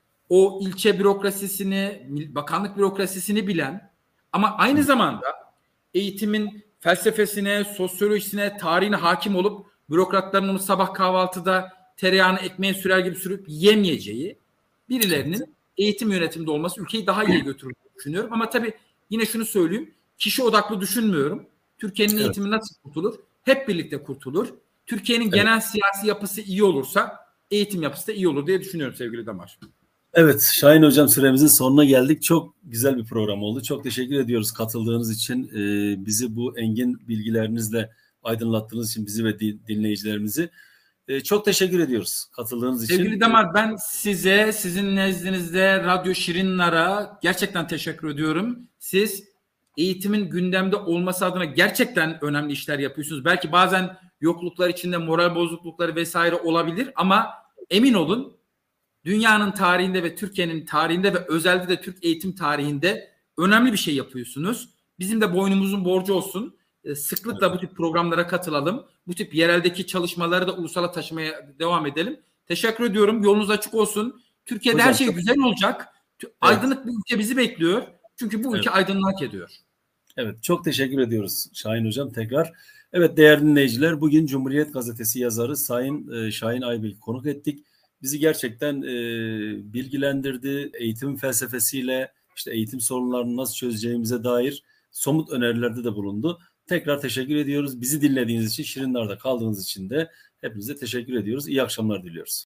o ilçe bürokrasisini, bakanlık bürokrasisini bilen ama aynı zamanda eğitimin felsefesine, sosyolojisine, tarihine hakim olup bürokratların onu sabah kahvaltıda tereyağını ekmeğe sürer gibi sürüp yemeyeceği birilerinin eğitim yönetiminde olması ülkeyi daha iyi götürür düşünüyorum. Ama tabii yine şunu söyleyeyim. Kişi odaklı düşünmüyorum. Türkiye'nin evet. eğitimi nasıl kurtulur? Hep birlikte kurtulur. Türkiye'nin evet. genel siyasi yapısı iyi olursa eğitim yapısı da iyi olur diye düşünüyorum sevgili Damar. Evet Şahin Hocam süremizin sonuna geldik. Çok güzel bir program oldu. Çok teşekkür ediyoruz katıldığınız için. Ee, bizi bu engin bilgilerinizle aydınlattığınız için bizi ve dinleyicilerimizi. Ee, çok teşekkür ediyoruz katıldığınız için. Sevgili Damar ben size, sizin nezdinizde Radyo Şirinler'a gerçekten teşekkür ediyorum. Siz eğitimin gündemde olması adına gerçekten önemli işler yapıyorsunuz. Belki bazen yokluklar içinde moral bozuklukları vesaire olabilir ama emin olun dünyanın tarihinde ve Türkiye'nin tarihinde ve özellikle de Türk eğitim tarihinde önemli bir şey yapıyorsunuz. Bizim de boynumuzun borcu olsun. Sıklıkla bu tip programlara katılalım. Bu tip yereldeki çalışmaları da ulusala taşımaya devam edelim. Teşekkür ediyorum. Yolunuz açık olsun. Türkiye'de Hocam, her şey çok... güzel olacak. Aydınlık evet. bir ülke bizi bekliyor. Çünkü bu ülke evet. aydınlık hak ediyor. Evet, çok teşekkür ediyoruz Şahin Hocam tekrar. Evet değerli dinleyiciler, bugün Cumhuriyet Gazetesi yazarı Sayın Şahin Aybek'i konuk ettik. Bizi gerçekten e, bilgilendirdi. Eğitim felsefesiyle işte eğitim sorunlarını nasıl çözeceğimize dair somut önerilerde de bulundu. Tekrar teşekkür ediyoruz. Bizi dinlediğiniz için, Şirinler'de kaldığınız için de hepinize teşekkür ediyoruz. İyi akşamlar diliyoruz.